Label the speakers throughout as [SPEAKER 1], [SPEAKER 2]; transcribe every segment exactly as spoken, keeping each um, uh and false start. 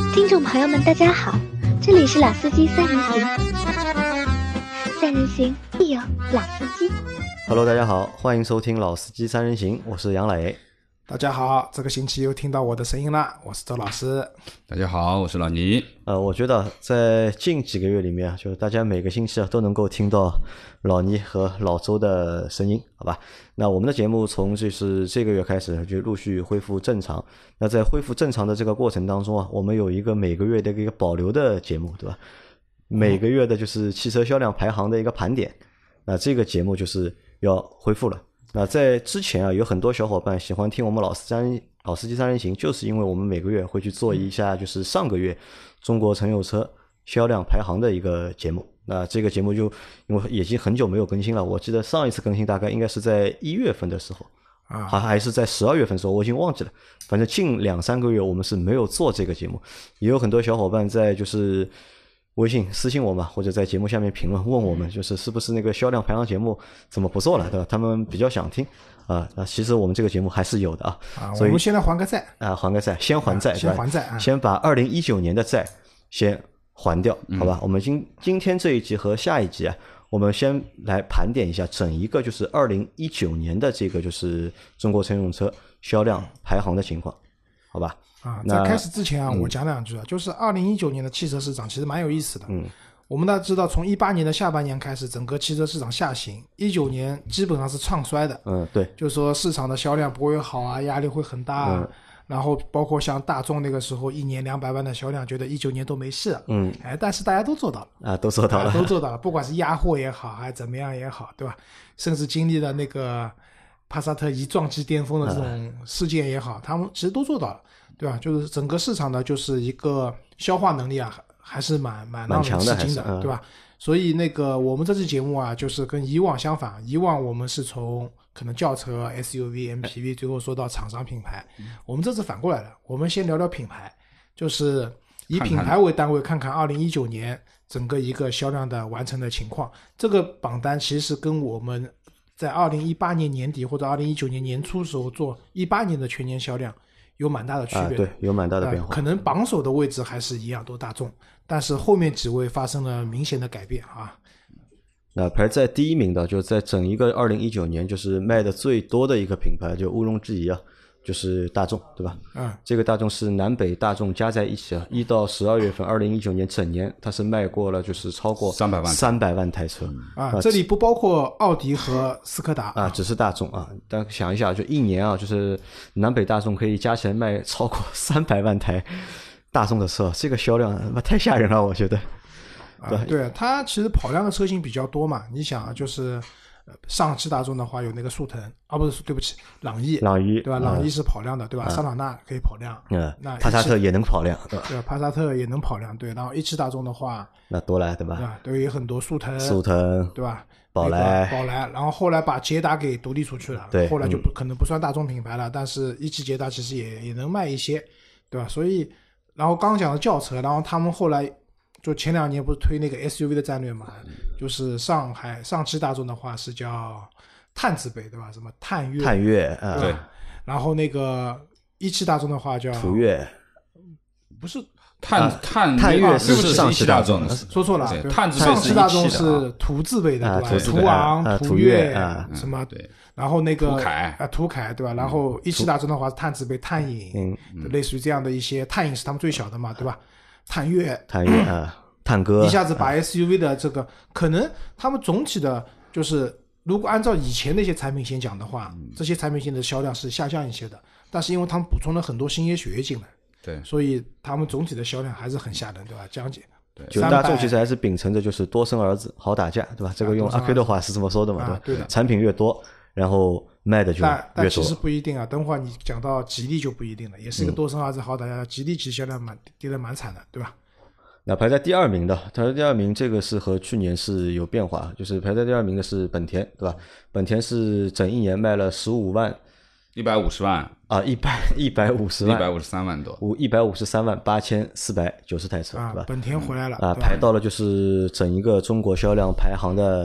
[SPEAKER 1] 听众朋友们，大家好，这里是老司机三人行，三人行必有老司机。
[SPEAKER 2] Hello， 大家好，欢迎收听老司机三人行，我是杨磊。
[SPEAKER 3] 大家好，这个星期又听到我的声音了，我是周老师。
[SPEAKER 4] 大家好，我是老倪。
[SPEAKER 2] 呃，我觉得在近几个月里面，就大家每个星期啊都能够听到老倪和老周的声音，好吧？那我们的节目从就是这个月开始就陆续恢复正常。那在恢复正常的这个过程当中啊，我们有一个每个月的一个保留的节目，对吧？每个月的就是汽车销量排行的一个盘点。那这个节目就是要恢复了。那在之前啊，有很多小伙伴喜欢听我们老司三老司机三人行，就是因为我们每个月会去做一下就是上个月中国乘用车销量排行的一个节目。那这个节目就因为已经很久没有更新了，我记得上一次更新大概应该是在一月份的时候啊，还还是在十二月份的时候，我已经忘记了。反正近两三个月我们是没有做这个节目，也有很多小伙伴在就是微信私信我们，或者在节目下面评论问我们，就是是不是那个销量排行节目怎么不做了，对吧？他们比较想听啊。那其实我们这个节目还是有的啊。
[SPEAKER 3] 啊，
[SPEAKER 2] 所以
[SPEAKER 3] 我们现在还个债
[SPEAKER 2] 啊，还个债，先还债，
[SPEAKER 3] 啊、先还债、啊，
[SPEAKER 2] 先把二零一九年的债先还掉，好吧？嗯、我们今今天这一集和下一集啊，我们先来盘点一下整一个就是二零一九年的这个就是中国乘用车销量排行的情况，好吧？
[SPEAKER 3] 啊，在开始之前啊，嗯、我讲两句啊，就是二零一九年的汽车市场其实蛮有意思的。嗯，我们大家知道，从一八年的下半年开始，整个汽车市场下行，一九年基本上是唱衰的。
[SPEAKER 2] 嗯，对，
[SPEAKER 3] 就是说市场的销量不会好啊，压力会很大啊。嗯、然后包括像大众那个时候一年两百万的销量，觉得一九年都没事。嗯，哎，但是大家都做到了
[SPEAKER 2] 啊，都做到了，
[SPEAKER 3] 啊、都做到了，不管是压货也好，还怎么样也好，对吧？甚至经历了那个帕萨特一撞击巅峰的这种事件也好，啊、他们其实都做到了。对吧？就是整个市场的就是一个消化能力啊，还是蛮蛮让人吃惊的，的对吧？嗯、所以那个我们这期节目啊，就是跟以往相反，以往我们是从可能轿车、S U V、M P V 最后说到厂商品牌，嗯、我们这次反过来了，我们先聊聊品牌，就是以品牌为单位，看看二零一九年整个一个销量的完成的情况。这个榜单其实跟我们在二零一八年年底或者二零一九年年初时候做一八年的全年销量有蛮大的区别的、
[SPEAKER 2] 啊，对，有蛮大的变化、
[SPEAKER 3] 呃。可能榜首的位置还是一样都大众，但是后面几位发生了明显的改变啊。
[SPEAKER 2] 那排在第一名的，就在整一个二零一九年，就是卖的最多的一个品牌，就毋庸置疑啊，就是大众，对吧？
[SPEAKER 3] 嗯，
[SPEAKER 2] 这个大众是南北大众加在一起啊，一到十二月份，二零一九年整年它是卖过了，就是超过
[SPEAKER 4] 三百万
[SPEAKER 2] 三百万台车、
[SPEAKER 3] 嗯、啊。这里不包括奥迪和斯柯达
[SPEAKER 2] 啊，只是大众啊。但想一下，就一年啊，就是南北大众可以加起来卖超过三百万台大众的车，这个销量太吓人了，我觉得。
[SPEAKER 3] 对、啊，对，它其实跑量的车型比较多嘛。你想，就是上汽大众的话有那个速腾啊，不是，对不起，朗逸，
[SPEAKER 2] 朗逸
[SPEAKER 3] 对吧？朗逸是跑量的，对吧？桑塔纳可以跑量，
[SPEAKER 2] 嗯，
[SPEAKER 3] 那
[SPEAKER 2] 帕萨特也能跑量，对吧？
[SPEAKER 3] 对，帕萨特也能跑量，对。然后一汽大众的话，
[SPEAKER 2] 那多了，对吧？
[SPEAKER 3] 对吧？都有很多速腾，
[SPEAKER 2] 速腾，
[SPEAKER 3] 对吧？
[SPEAKER 2] 宝来，
[SPEAKER 3] 宝来，然后后来把捷达给独立出去了，
[SPEAKER 2] 对，
[SPEAKER 3] 后来就不、
[SPEAKER 2] 嗯、
[SPEAKER 3] 可能不算大众品牌了，但是一汽捷达其实也也能卖一些，对吧？所以，然后刚刚讲的轿车，然后他们后来。就前两年不是推那个 S U V 的战略嘛，就是上海上汽大众的话是叫探字辈，对吧？什么探岳，
[SPEAKER 2] 探岳啊，
[SPEAKER 3] 对。然后那个一汽大众的话叫
[SPEAKER 2] 途岳，
[SPEAKER 3] 不是
[SPEAKER 4] 探探
[SPEAKER 2] 探岳
[SPEAKER 4] 是
[SPEAKER 2] 上汽大众的，
[SPEAKER 3] 说错了。
[SPEAKER 4] 探字辈
[SPEAKER 3] 上汽大众是途字辈的，对吧？途昂、途岳什么对。然后那个
[SPEAKER 4] 途凯
[SPEAKER 3] 啊，途凯对吧？然后一汽大众的话是探字辈、探影，类似于这样的一些，探影是他们最小的嘛，对吧？探岳，
[SPEAKER 2] 探岳啊，探歌，
[SPEAKER 3] 一下子把 S U V 的这个，可能他们总体的，就是如果按照以前那些产品线讲的话，这些产品线的销量是下降一些的，但是因为他们补充了很多新鲜血液进来，
[SPEAKER 4] 对，
[SPEAKER 3] 所以他们总体的销量还是很吓人，对吧？江姐，
[SPEAKER 2] 对，就大众其实还是秉承着就是多生儿子好打架，对吧？这个用阿 Q 的话是这么说的嘛，
[SPEAKER 3] 啊、
[SPEAKER 2] 对吧？
[SPEAKER 3] 对的，
[SPEAKER 2] 产品越多，然后卖的就越多。
[SPEAKER 3] 但但其实不一定啊，等会儿你讲到吉利就不一定了，也是一个多生儿子好打架，嗯、吉利其实销量蛮跌得蛮惨的，对吧？
[SPEAKER 2] 那排在第二名的，排在第二名，这个是和去年是有变化，就是排在第二名的是本田，对吧？本田是整一年卖了十五万，
[SPEAKER 4] 一百五十万
[SPEAKER 2] 啊，一百一百五十万，
[SPEAKER 4] 一百五十三万多，
[SPEAKER 2] 五一百五十三万八千四百九十台车，
[SPEAKER 3] 啊，
[SPEAKER 2] 对吧？
[SPEAKER 3] 本田回来了
[SPEAKER 2] 啊，排到了就是整一个中国销量排行的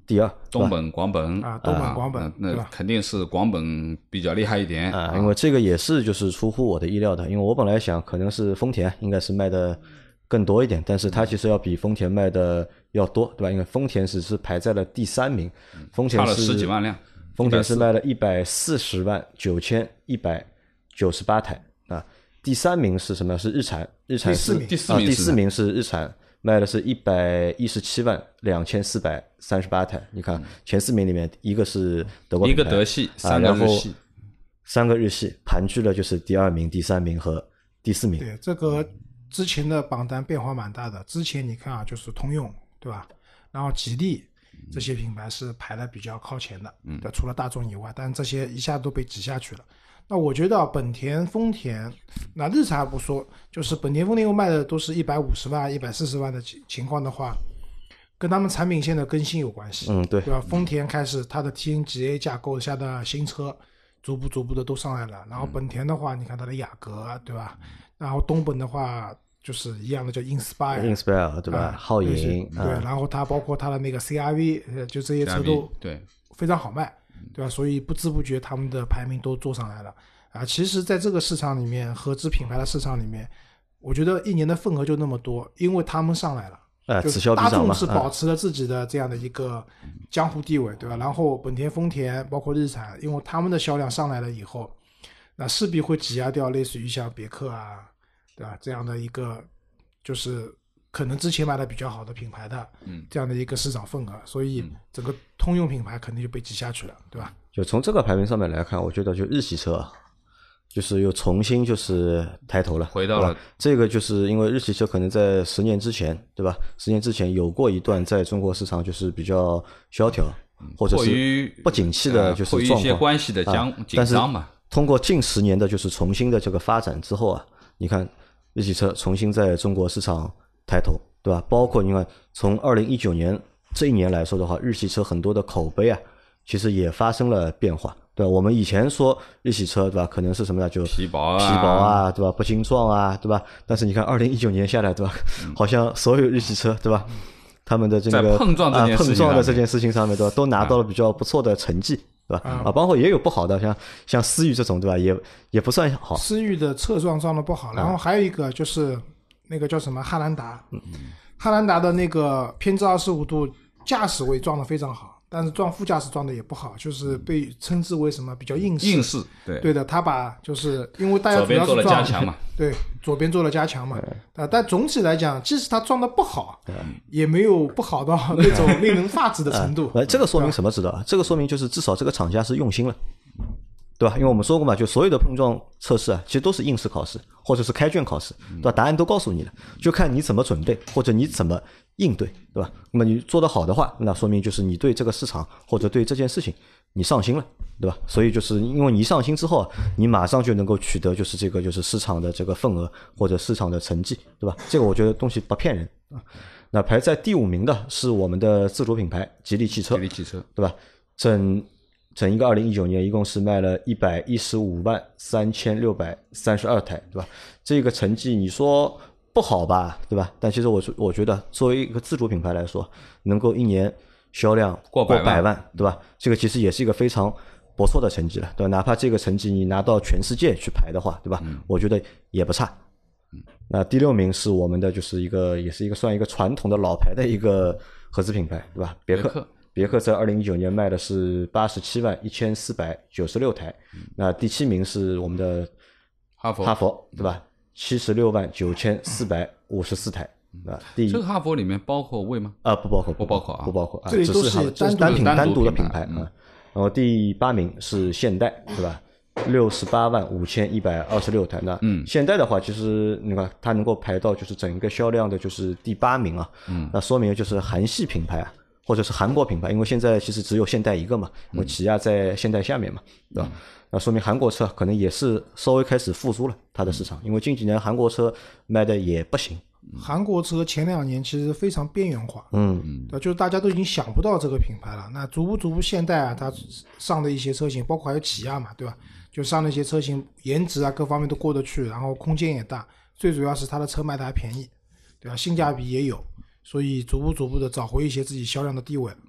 [SPEAKER 2] 第二，
[SPEAKER 4] 东本、广本
[SPEAKER 3] 啊东本广本
[SPEAKER 4] 那
[SPEAKER 3] 对吧
[SPEAKER 4] 那肯定是广本比较厉害一点
[SPEAKER 2] 啊，因为这个也是就是出乎我的意料的，因为我本来想可能是丰田应该是卖的更多一点，但是它其实要比丰田卖的要多，对吧？因为丰田只是排在了第三名，丰田
[SPEAKER 4] 差了
[SPEAKER 2] 是
[SPEAKER 4] 十几万辆，
[SPEAKER 2] 丰田是卖了一百四十万九千一百九十八台啊。第三名是什么？是日产，日产是
[SPEAKER 3] 第四
[SPEAKER 2] 啊，
[SPEAKER 4] 名
[SPEAKER 2] 第四名是日产，卖的是一百一十七万两千四百三十八台。你看前四名里面，一个是德国
[SPEAKER 4] 一
[SPEAKER 2] 品牌，
[SPEAKER 4] 个德系，
[SPEAKER 2] 啊
[SPEAKER 4] 三个
[SPEAKER 2] 然后
[SPEAKER 4] 日系，
[SPEAKER 2] 三个日系，盘踞了就是第二名、第三名和第四名。
[SPEAKER 3] 对，这个之前的榜单变化蛮大的。之前你看啊，就是通用，对吧？然后吉利这些品牌是排的比较靠前的，嗯，除了大众以外，但这些一下都被挤下去了。那我觉得本田、丰田，那日产不说，就是本田、丰田又卖的都是一百五十万、一百四十万的情情况的话，跟他们产品线的更新有关系。
[SPEAKER 2] 嗯，对，
[SPEAKER 3] 对吧？丰田开始它的 T N G A 架构下的新车，逐步逐步的都上来了。然后本田的话，你看它的雅阁，对吧？然后东本的话，就是一样的叫 Inspire。
[SPEAKER 2] Inspire 对吧？
[SPEAKER 3] 啊
[SPEAKER 2] 皓影
[SPEAKER 3] 对，然后它包括它的那个 C R V， 呃就这些车都
[SPEAKER 4] 对
[SPEAKER 3] 非常好卖，对吧？所以不知不觉他们的排名都做上来了啊。其实，在这个市场里面，合资品牌的市场里面，我觉得一年的份额就那么多，因为他们上来了。
[SPEAKER 2] 啊，
[SPEAKER 3] 就
[SPEAKER 2] 此消彼
[SPEAKER 3] 大
[SPEAKER 2] 长嘛啊
[SPEAKER 3] 众是保持了自己的这样的一个江湖地位，对吧？然后本田、丰田包括日产，因为他们的销量上来了以后，那势必会挤压掉类似于像别克啊，对吧？这样的一个就是可能之前买的比较好的品牌的，
[SPEAKER 4] 嗯，
[SPEAKER 3] 这样的一个市场份额，所以整个通用品牌肯定就被挤下去了，对吧？
[SPEAKER 2] 就从这个排名上面来看，我觉得就日系车啊就是又重新就是抬头了，
[SPEAKER 4] 回到了
[SPEAKER 2] 这个，就是因为日系车可能在十年之前，对吧？十年之前有过一段在中国市场就是比较萧条，或者是不景气的，就是
[SPEAKER 4] 迫于
[SPEAKER 2] 状况，
[SPEAKER 4] 一些关系的僵紧张嘛。
[SPEAKER 2] 通过近十年的就是重新的这个发展之后啊，你看日系车重新在中国市场抬头，对吧？包括你看从二零一九年这一年来说的话，日系车很多的口碑啊，其实也发生了变化。对吧？我们以前说日系车，对吧？可能是什么呢？就
[SPEAKER 4] 皮薄啊，
[SPEAKER 2] 皮薄啊，对吧？不精壮啊，对吧？但是你看，二零一九年下来，对吧？嗯、好像所有日系车，对吧？他们的这个
[SPEAKER 4] 碰撞这件事情、
[SPEAKER 2] 啊、碰撞的这件事情上面，对吧？都拿到了比较不错的成绩，对吧？啊，包括也有不好的，像像思域这种，对吧？也也不算好。
[SPEAKER 3] 思域的侧撞撞的不好，然后还有一个就是那个叫什么汉兰达，嗯、汉兰达的那个偏置二十五度驾驶位撞的非常好。但是撞副驾驶撞的也不好，就是被称之为什么比较硬式。
[SPEAKER 4] 硬式，对
[SPEAKER 3] 对的，他把就是因为大家主要是撞
[SPEAKER 4] 左边做了加强嘛，
[SPEAKER 3] 对，左边做了加强嘛。啊，但总体来讲，即使他撞的不好，也没有不好到那种令人发指的程度。
[SPEAKER 2] 呃，这个说明什么？知道啊？这个说明就是至少这个厂家是用心了。对吧？因为我们说过嘛，就所有的碰撞测试啊，其实都是应试考试或者是开卷考试，对吧？答案都告诉你了，就看你怎么准备或者你怎么应对，对吧？那么你做得好的话，那说明就是你对这个市场或者对这件事情你上心了，对吧？所以就是因为你一上心之后啊，你马上就能够取得就是这个就是市场的这个份额或者市场的成绩，对吧？这个我觉得东西不骗人啊。那排在第五名的是我们的自主品牌吉利汽车，
[SPEAKER 4] 吉利汽车，
[SPEAKER 2] 对吧？整整一个二零一九年一共是卖了一百一十五万三千六百三十二台，对吧？这个成绩你说不好吧，对吧？但其实我我觉得作为一个自主品牌来说，能够一年销量
[SPEAKER 4] 过百万，
[SPEAKER 2] 百万对吧？这个其实也是一个非常不错的成绩了，对吧？哪怕这个成绩你拿到全世界去排的话，对吧？嗯、我觉得也不差。嗯、那第六名是我们的就是一个也是一个算一个传统的老牌的一个合资品牌，对吧？别克。
[SPEAKER 4] 别克
[SPEAKER 2] 别克在二零一九年卖的是八十七万一千四百九十六台，嗯、那第七名是我们的
[SPEAKER 4] 哈佛，
[SPEAKER 2] 哈佛对吧？七十六万九千四百五十四台，啊、嗯，第
[SPEAKER 4] 这个哈佛里面包括魏吗？
[SPEAKER 2] 啊，不包括，
[SPEAKER 4] 不包括啊，
[SPEAKER 2] 不包括啊，
[SPEAKER 3] 这都是
[SPEAKER 2] 单单品单独的品牌啊。
[SPEAKER 4] 嗯、
[SPEAKER 2] 然后第八名是现代，对吧？六十八万五千一百二十六台，那嗯，现代的话，其实你看它能够排到就是整个销量的就是第八名啊，嗯，那说明就是韩系品牌啊。或者是韩国品牌，因为现在其实只有现代一个嘛，因为起亚在现代下面嘛，对吧？那说明韩国车可能也是稍微开始复苏了它的市场，因为近几年韩国车卖的也不行。
[SPEAKER 3] 韩国车前两年其实非常边缘化，
[SPEAKER 2] 嗯嗯，
[SPEAKER 3] 对，就是大家都已经想不到这个品牌了。那逐步逐步，现代啊，它上的一些车型，包括还有起亚嘛，对吧？就上的一些车型，颜值啊各方面都过得去，然后空间也大，最主要是它的车卖的还便宜，对吧？性价比也有。所以逐步逐步的找回一些自己销量的地位。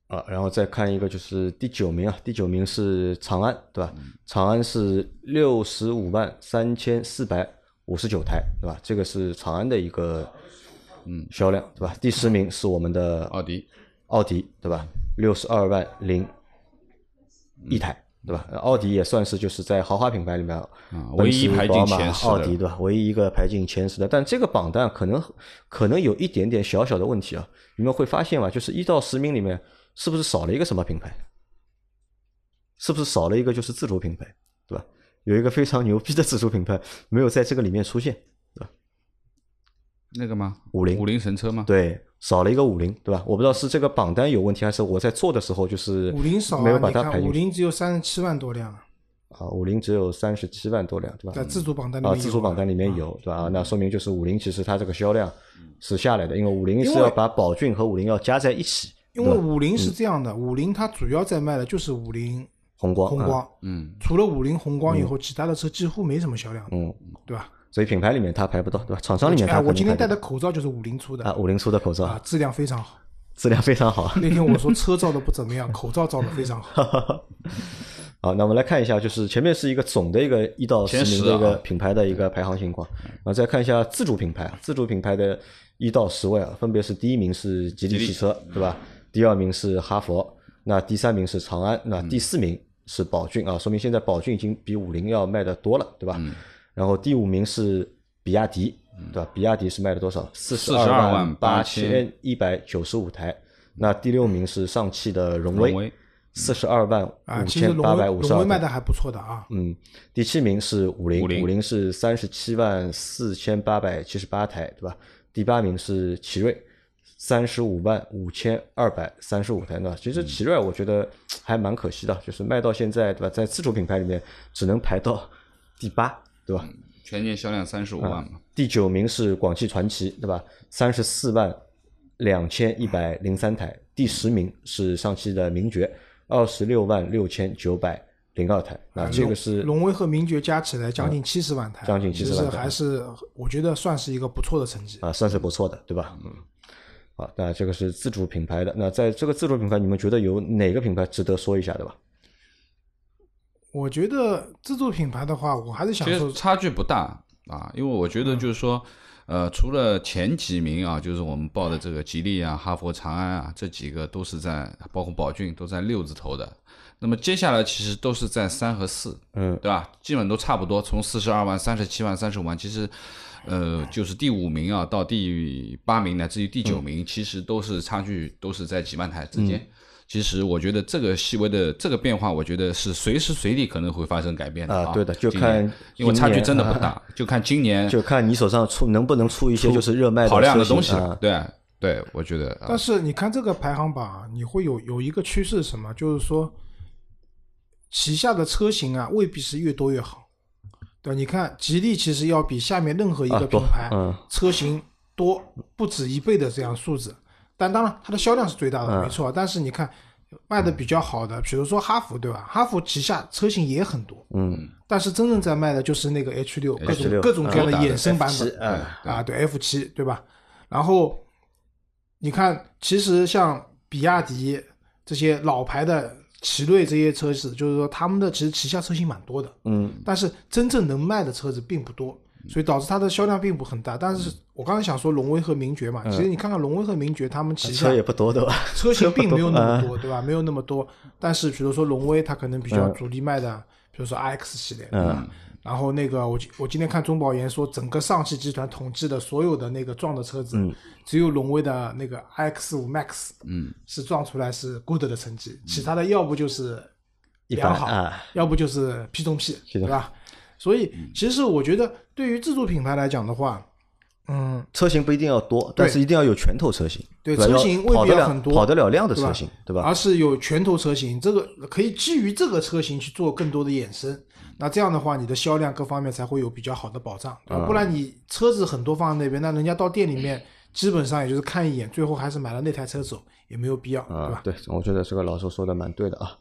[SPEAKER 2] 啊，然后再看一个就是第九名啊，第九名是长安，对吧？嗯、长安是六十五万三千四百五十九台，对吧？这个是长安的一个嗯销量，对吧？第十名是我们的
[SPEAKER 4] 奥迪，
[SPEAKER 2] 奥迪，对吧？六十二万零一台。嗯对吧？奥迪也算是就是在豪华品牌里面，
[SPEAKER 4] 嗯，唯一排进前十的，
[SPEAKER 2] 奥迪对吧？唯一一个排进前十的。但这个榜单可能可能有一点点小小的问题啊，你们会发现嘛，就是一到十名里面是不是少了一个什么品牌？是不是少了一个就是自主品牌，对吧？有一个非常牛逼的自主品牌没有在这个里面出现，对吧？
[SPEAKER 4] 那个吗？
[SPEAKER 2] 五菱，
[SPEAKER 4] 五菱神车吗？
[SPEAKER 2] 对。少了一个五菱，对吧？我不知道是这个榜单有问题，还是我在做的时候就是
[SPEAKER 3] 五菱少、啊、
[SPEAKER 2] 没有把它排进去。
[SPEAKER 3] 五菱只有三十七万多辆
[SPEAKER 2] 啊，五菱只有三十七万多辆，对吧？
[SPEAKER 3] 在自主榜单里面有、
[SPEAKER 2] 啊，自主榜单里面有，对吧？啊，那说明就是五菱其实它这个销量是下来的，因为五菱是要把宝骏和五菱要加在一起。
[SPEAKER 3] 因为五菱是这样的，五菱、嗯、它主要在卖的就是五菱
[SPEAKER 2] 宏光，
[SPEAKER 3] 宏光，
[SPEAKER 4] 嗯，
[SPEAKER 3] 除了五菱宏光以后，嗯、其他的车几乎没什么销量，
[SPEAKER 2] 嗯，
[SPEAKER 3] 对吧？
[SPEAKER 2] 所以品牌里面它排不到，对吧？厂商里面它、哎、
[SPEAKER 3] 我今天戴的口罩就是五菱出的
[SPEAKER 2] 啊，五菱出的口罩
[SPEAKER 3] 啊，质量非常好，
[SPEAKER 2] 质量非常好。
[SPEAKER 3] 那天我说车造的不怎么样，口罩造的非常好。
[SPEAKER 2] 好，那我们来看一下，就是前面是一个总的一个一到十名的一个品牌的一个排行情况，然后再看一下自主品牌，自主品牌的一到十位啊，分别是第一名是吉利汽车，对吧？第二名是哈佛，那第三名是长安，那第四名是宝骏啊，说明现在宝骏已经比五菱要卖的多了，对吧？
[SPEAKER 4] 嗯、
[SPEAKER 2] 然后第五名是比亚迪，对吧？比亚迪是卖了多少？四十二万八千一百九十五台。那第六名是上汽的荣威，四十二万五千八百五十二。
[SPEAKER 3] 荣威卖的还不错的啊。
[SPEAKER 2] 嗯，第七名是五菱，
[SPEAKER 4] 五菱
[SPEAKER 2] 五菱是三十七万四千八百七十八台，对吧？第八名是奇瑞，三十五万五千二百三十五台呢。其实奇瑞我觉得还蛮可惜的，就是卖到现在，对吧？在自主品牌里面只能排到第八，对吧？
[SPEAKER 4] 全年销量三十五万嘛、
[SPEAKER 2] 嗯。第九名是广汽传祺，对吧？三十四万两千一百零三台。第十名是上汽的名爵，二十六万六千九百零二台。那这个是
[SPEAKER 3] 荣威和名爵加起来将近七十万台，
[SPEAKER 2] 嗯、将近七十万台，
[SPEAKER 3] 还是我觉得算是一个不错的成绩
[SPEAKER 2] 啊，算是不错的，对吧？嗯。好，那这个是自主品牌的。那在这个自主品牌，你们觉得有哪个品牌值得说一下的吧？
[SPEAKER 3] 我觉得自主品牌的话，我还是想说，
[SPEAKER 4] 其实差距不大啊，因为我觉得就是说。嗯呃，除了前几名啊，就是我们报的这个吉利啊、哈佛、长安啊，这几个都是在，包括宝骏都在六字头的。那么接下来其实都是在三和四，
[SPEAKER 2] 嗯，
[SPEAKER 4] 对吧？基本都差不多，从四十二万、三十七万、三十五万，其实，呃，就是第五名啊到第八名乃至于第九名，嗯、其实都是差距都是在几万台之间。嗯，其实我觉得这个细微的这个变化，我觉得是随时随地可能会发生改变的 啊,
[SPEAKER 2] 啊。对的，就看
[SPEAKER 4] 因为差距真的不大，啊、就看今年，
[SPEAKER 2] 就看你手上出能不能出一些就是热卖的
[SPEAKER 4] 跑量的东西。
[SPEAKER 2] 啊、
[SPEAKER 4] 对对，我觉得。
[SPEAKER 3] 但是你看这个排行榜，你会有有一个趋势是什么？就是说，旗下的车型啊，未必是越多越好。对，你看吉利其实要比下面任何一个品牌、
[SPEAKER 2] 啊嗯、
[SPEAKER 3] 车型多不止一倍的这样数字。但当然它的销量是最大的、嗯、没错，但是你看卖的比较好的比如说哈弗，对吧？哈弗旗下车型也很多，
[SPEAKER 2] 嗯，
[SPEAKER 3] 但是真正在卖的就是那个 H 六 各种
[SPEAKER 2] H 六
[SPEAKER 3] 各种各样的衍生版本、
[SPEAKER 2] 嗯、
[SPEAKER 3] 啊，对 F 七 对吧？然后你看其实像比亚迪这些老牌的奇瑞这些车子，就是说他们的其实旗下车型蛮多的，
[SPEAKER 2] 嗯，
[SPEAKER 3] 但是真正能卖的车子并不多，所以导致它的销量并不很大。但是我刚才想说荣威和名爵嘛、嗯、其实你看看荣威和名爵他们旗下
[SPEAKER 2] 车也不多的吧，
[SPEAKER 3] 车型并没有那么多对吧？没有那么多，但是比如说荣威它可能比较主力卖的、嗯、比如说 R X 系列，
[SPEAKER 2] 嗯，
[SPEAKER 3] 然后那个我我今天看中保研说整个上汽集团统计的所有的那个撞的车子、
[SPEAKER 2] 嗯、
[SPEAKER 3] 只有荣威的那个 R X 五 Max
[SPEAKER 4] 嗯
[SPEAKER 3] 是撞出来是 good 的成绩、嗯、其他的要不就是良好、
[SPEAKER 2] 啊、
[SPEAKER 3] 要不就是 P 中 P 对吧？所以其实我觉得对于自主品牌来讲的话，嗯，
[SPEAKER 2] 车型不一定要多，但是一定要有拳头车型，
[SPEAKER 3] 对，车型未必要很多，
[SPEAKER 2] 跑得了量的车型， 对, 对吧？
[SPEAKER 3] 而是有拳头车型，这个可以基于这个车型去做更多的衍生，那这样的话你的销量各方面才会有比较好的保障，对吧？嗯、不然你车子很多放在那边，那人家到店里面基本上也就是看一眼，最后还是买了那台车走，也没有必要，
[SPEAKER 2] 嗯、
[SPEAKER 3] 对吧？
[SPEAKER 2] 对，我觉得这个老周说的蛮对的啊。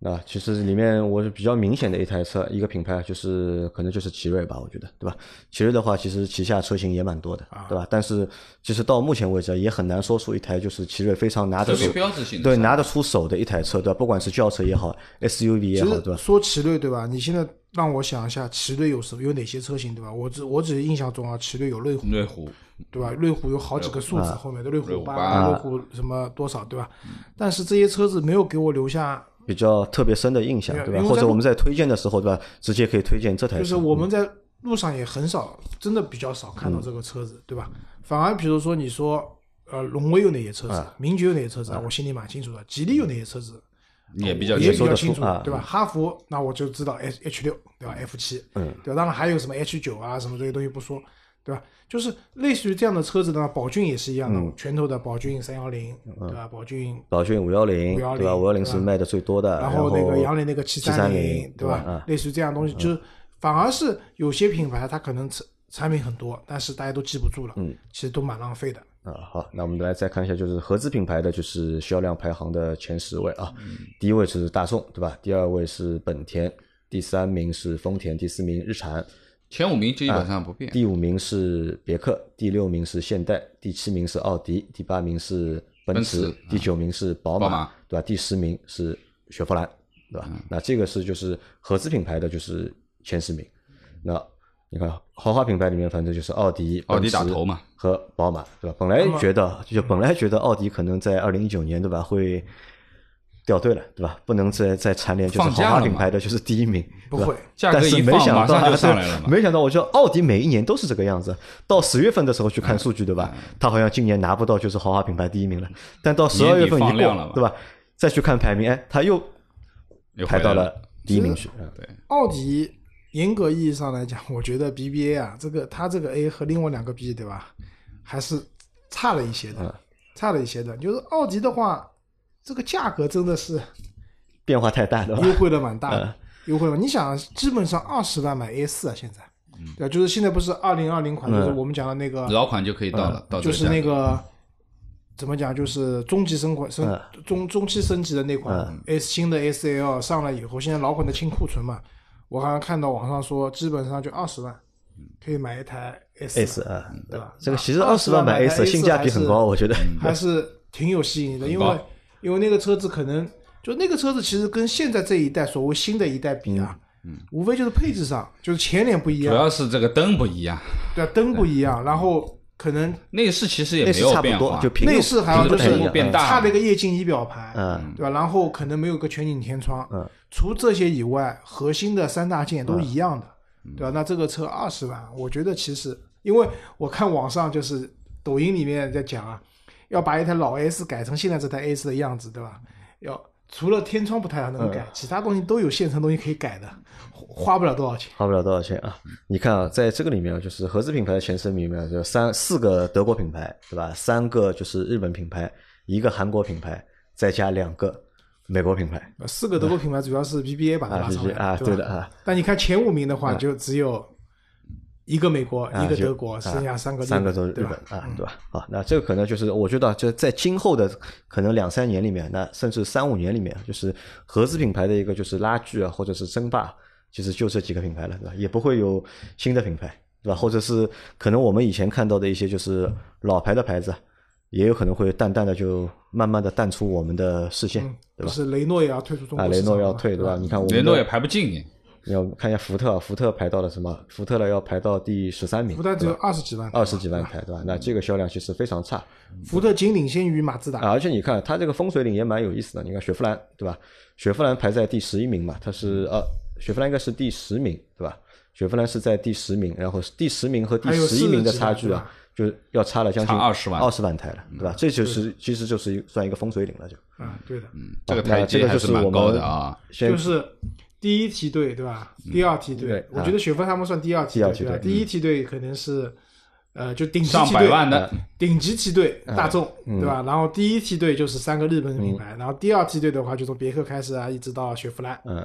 [SPEAKER 2] 那其实里面我是比较明显的一台车，一个品牌就是可能就是奇瑞吧，我觉得，对吧？奇瑞的话，其实旗下车型也蛮多的，
[SPEAKER 3] 啊、
[SPEAKER 2] 对吧？但是其实到目前为止也很难说出一台就是奇瑞非常拿得出、
[SPEAKER 4] 标志性的
[SPEAKER 2] 对拿得出手的一台车，对吧？不管是轿车也好 ，S U V 也好，对吧？
[SPEAKER 3] 说奇瑞，对吧？你现在让我想一下，奇瑞有什么有哪些车型，对吧？我只我只是印象中啊，奇瑞有瑞虎，
[SPEAKER 4] 瑞虎。
[SPEAKER 3] 对吧？瑞虎有好几个数字，
[SPEAKER 2] 啊、
[SPEAKER 3] 后面的瑞虎八、
[SPEAKER 4] 啊、
[SPEAKER 3] 瑞虎什么多少，对吧？但是这些车子没有给我留下
[SPEAKER 2] 比较特别深的印象，对吧？或者我们在推荐的时候，对吧？直接可以推荐这台车。
[SPEAKER 3] 就是我们在路上也很少，真的比较少看到这个车子，嗯、对吧？反而比如说你说，呃，荣威有哪些车子，
[SPEAKER 2] 啊、
[SPEAKER 3] 名爵有哪些车子，啊、我心里蛮清楚的。吉利有哪些车子，
[SPEAKER 4] 也比较
[SPEAKER 3] 也比较清楚，
[SPEAKER 2] 啊、
[SPEAKER 3] 对吧？哈弗那我就知道 H 六，对吧 ？F 七，
[SPEAKER 2] 嗯，
[SPEAKER 3] 对吧？当然还有什么 H 九啊，什么这些东西不说。对吧？就是类似于这样的车子呢，宝骏也是一样的，嗯、拳头的宝骏三一零，对吧？宝骏
[SPEAKER 2] 宝骏五一零，对吧？五一零是卖的最多的。
[SPEAKER 3] 然后那个杨磊那个七三零，对吧？
[SPEAKER 2] 嗯、
[SPEAKER 3] 类似于这样的东西，就是反而是有些品牌它可能产品很多，但是大家都记不住了，嗯，其实都蛮浪费的。
[SPEAKER 2] 啊，好，那我们来再看一下，就是合资品牌的就是销量排行的前十位啊，嗯、第一位是大众，对吧？第二位是本田，第三名是丰田，第四名日产。
[SPEAKER 4] 前五名基本上不变、
[SPEAKER 2] 啊、第五名是别克，第六名是现代，第七名是奥迪，第八名是奔驰，
[SPEAKER 4] 奔驰
[SPEAKER 2] 第九名是宝马，
[SPEAKER 4] 宝马
[SPEAKER 2] 对吧？第十名是雪佛兰，对吧？嗯、那这个是就是合资品牌的就是前十名。那你看豪华品牌里面，反正就是奥迪、
[SPEAKER 4] 奥迪打头嘛
[SPEAKER 2] 和宝马，对吧？本来觉得就本来觉得奥迪可能在二零一九年，对吧？会掉队了，对吧？不能再再蝉联就是豪华品牌的就是第一名，
[SPEAKER 3] 不会。
[SPEAKER 2] 但是没想到
[SPEAKER 4] 就上来了嘛，
[SPEAKER 2] 没想到我觉得奥迪每一年都是这个样子。到十月份的时候去看数据，对吧？他好像今年拿不到就是豪华品牌第一名了。但到十二月份一过，对吧？再去看排名，哎，他又排到了第一名去。
[SPEAKER 4] 对，
[SPEAKER 3] 奥迪严格意义上来讲，我觉得 B B A 啊，这个他这个 A 和另外两个 B， 对吧？还是差了一些的，
[SPEAKER 2] 嗯、
[SPEAKER 3] 差了一些的。就是奥迪的话。这个价格真的是
[SPEAKER 2] 变化太大了，
[SPEAKER 3] 优惠的蛮大的，嗯、优惠了。你想，基本上二十万买 A 四啊，现在，嗯、对吧？就是现在不是二零二零款，嗯、就是我们讲的那个
[SPEAKER 4] 老款就可以到了，嗯、到
[SPEAKER 3] 就是那个怎么讲，就是中级升款升、嗯、中中期升级的那款 S、嗯、新的 S L 上来以后，现在老款的清库存嘛，我好像看到网上说，基本上就二十万可以买一台 S,
[SPEAKER 2] S 啊，
[SPEAKER 3] 对吧？
[SPEAKER 2] 这个其实二十万买 S 性价比很高，我觉得
[SPEAKER 3] 还是挺有吸引力的，因为。因为那个车子可能就那个车子其实跟现在这一代所谓新的一代比啊，嗯，嗯无非就是配置上就是前脸不一样，
[SPEAKER 4] 主要是这个灯不一样，
[SPEAKER 3] 对、啊，灯不一样，然后可能
[SPEAKER 4] 内饰其实也没有变化，
[SPEAKER 2] 就
[SPEAKER 3] 内饰还有就是
[SPEAKER 4] 变大，
[SPEAKER 3] 差了一个液晶仪表盘，
[SPEAKER 2] 嗯，
[SPEAKER 3] 对吧？然后可能没有个全景天窗，嗯，除这些以外，核心的三大件都一样的，嗯、对吧？那这个车二十万，我觉得其实因为我看网上就是抖音里面在讲啊，要把一台老 S 改成现在这台 A 四的样子，对吧？要除了天窗不太能改、嗯，其他东西都有现成东西可以改的，花不了多少钱，
[SPEAKER 2] 花不了多少钱啊！你看啊，在这个里面就是合资品牌的前十名里面，就三四个德国品牌，对吧？三个就是日本品牌，一个韩国品牌，再加两个美国品牌。
[SPEAKER 3] 四个德国品牌主要是 B B A 把它拉上来
[SPEAKER 2] 啊，对的啊。
[SPEAKER 3] 但你看前五名的话，就只有一个美国，啊、一个德国，剩下三个日本，
[SPEAKER 2] 三个都是日本啊，对吧？好，那这个可能就是我觉得，就在今后的可能两三年里面，那甚至三五年里面，就是合资品牌的一个就是拉锯啊，或者是争霸，其实就这几个品牌了，对吧？也不会有新的品牌，对吧？或者是可能我们以前看到的一些就是老牌的牌子，也有可能会淡淡的就慢慢的淡出我们的视线，嗯、对吧？
[SPEAKER 3] 是雷诺也要退出中国市场
[SPEAKER 2] 啊，雷诺要退，对吧？你看我们
[SPEAKER 4] 雷诺也排不进。
[SPEAKER 2] 你要看一下福特，福特排到了什么？福特了要排到第十三名，
[SPEAKER 3] 福特只有二十几万，
[SPEAKER 2] 二十几万台，对吧？那这个销量其实非常差。
[SPEAKER 3] 福特仅领先于马自达，
[SPEAKER 2] 啊、而且你看它这个风水岭也蛮有意思的。你看雪佛兰，对吧？雪佛兰排在第十一名嘛，它是呃，雪佛兰应该是第十名，对吧？雪佛兰是在第十名，然后第十名和第十一名的差距啊，就要差了将近
[SPEAKER 4] 二十万，
[SPEAKER 2] 二十万台了，对吧？这就是其实就是算一个风水岭了，就
[SPEAKER 3] 啊，对的，
[SPEAKER 4] 嗯，这个台阶还是蛮高的啊，
[SPEAKER 3] 就是。第一梯队对吧？第二梯队，嗯、我觉得雪佛兰他们算第二梯队，对吧？第一梯队可能是，呃，就顶级梯队
[SPEAKER 4] 的
[SPEAKER 3] 顶级梯队大众，
[SPEAKER 2] 嗯、
[SPEAKER 3] 对吧？然后第一梯队就是三个日本品牌，嗯、然后第二梯队的话就从别克开始啊，一直到雪佛兰。
[SPEAKER 2] 嗯，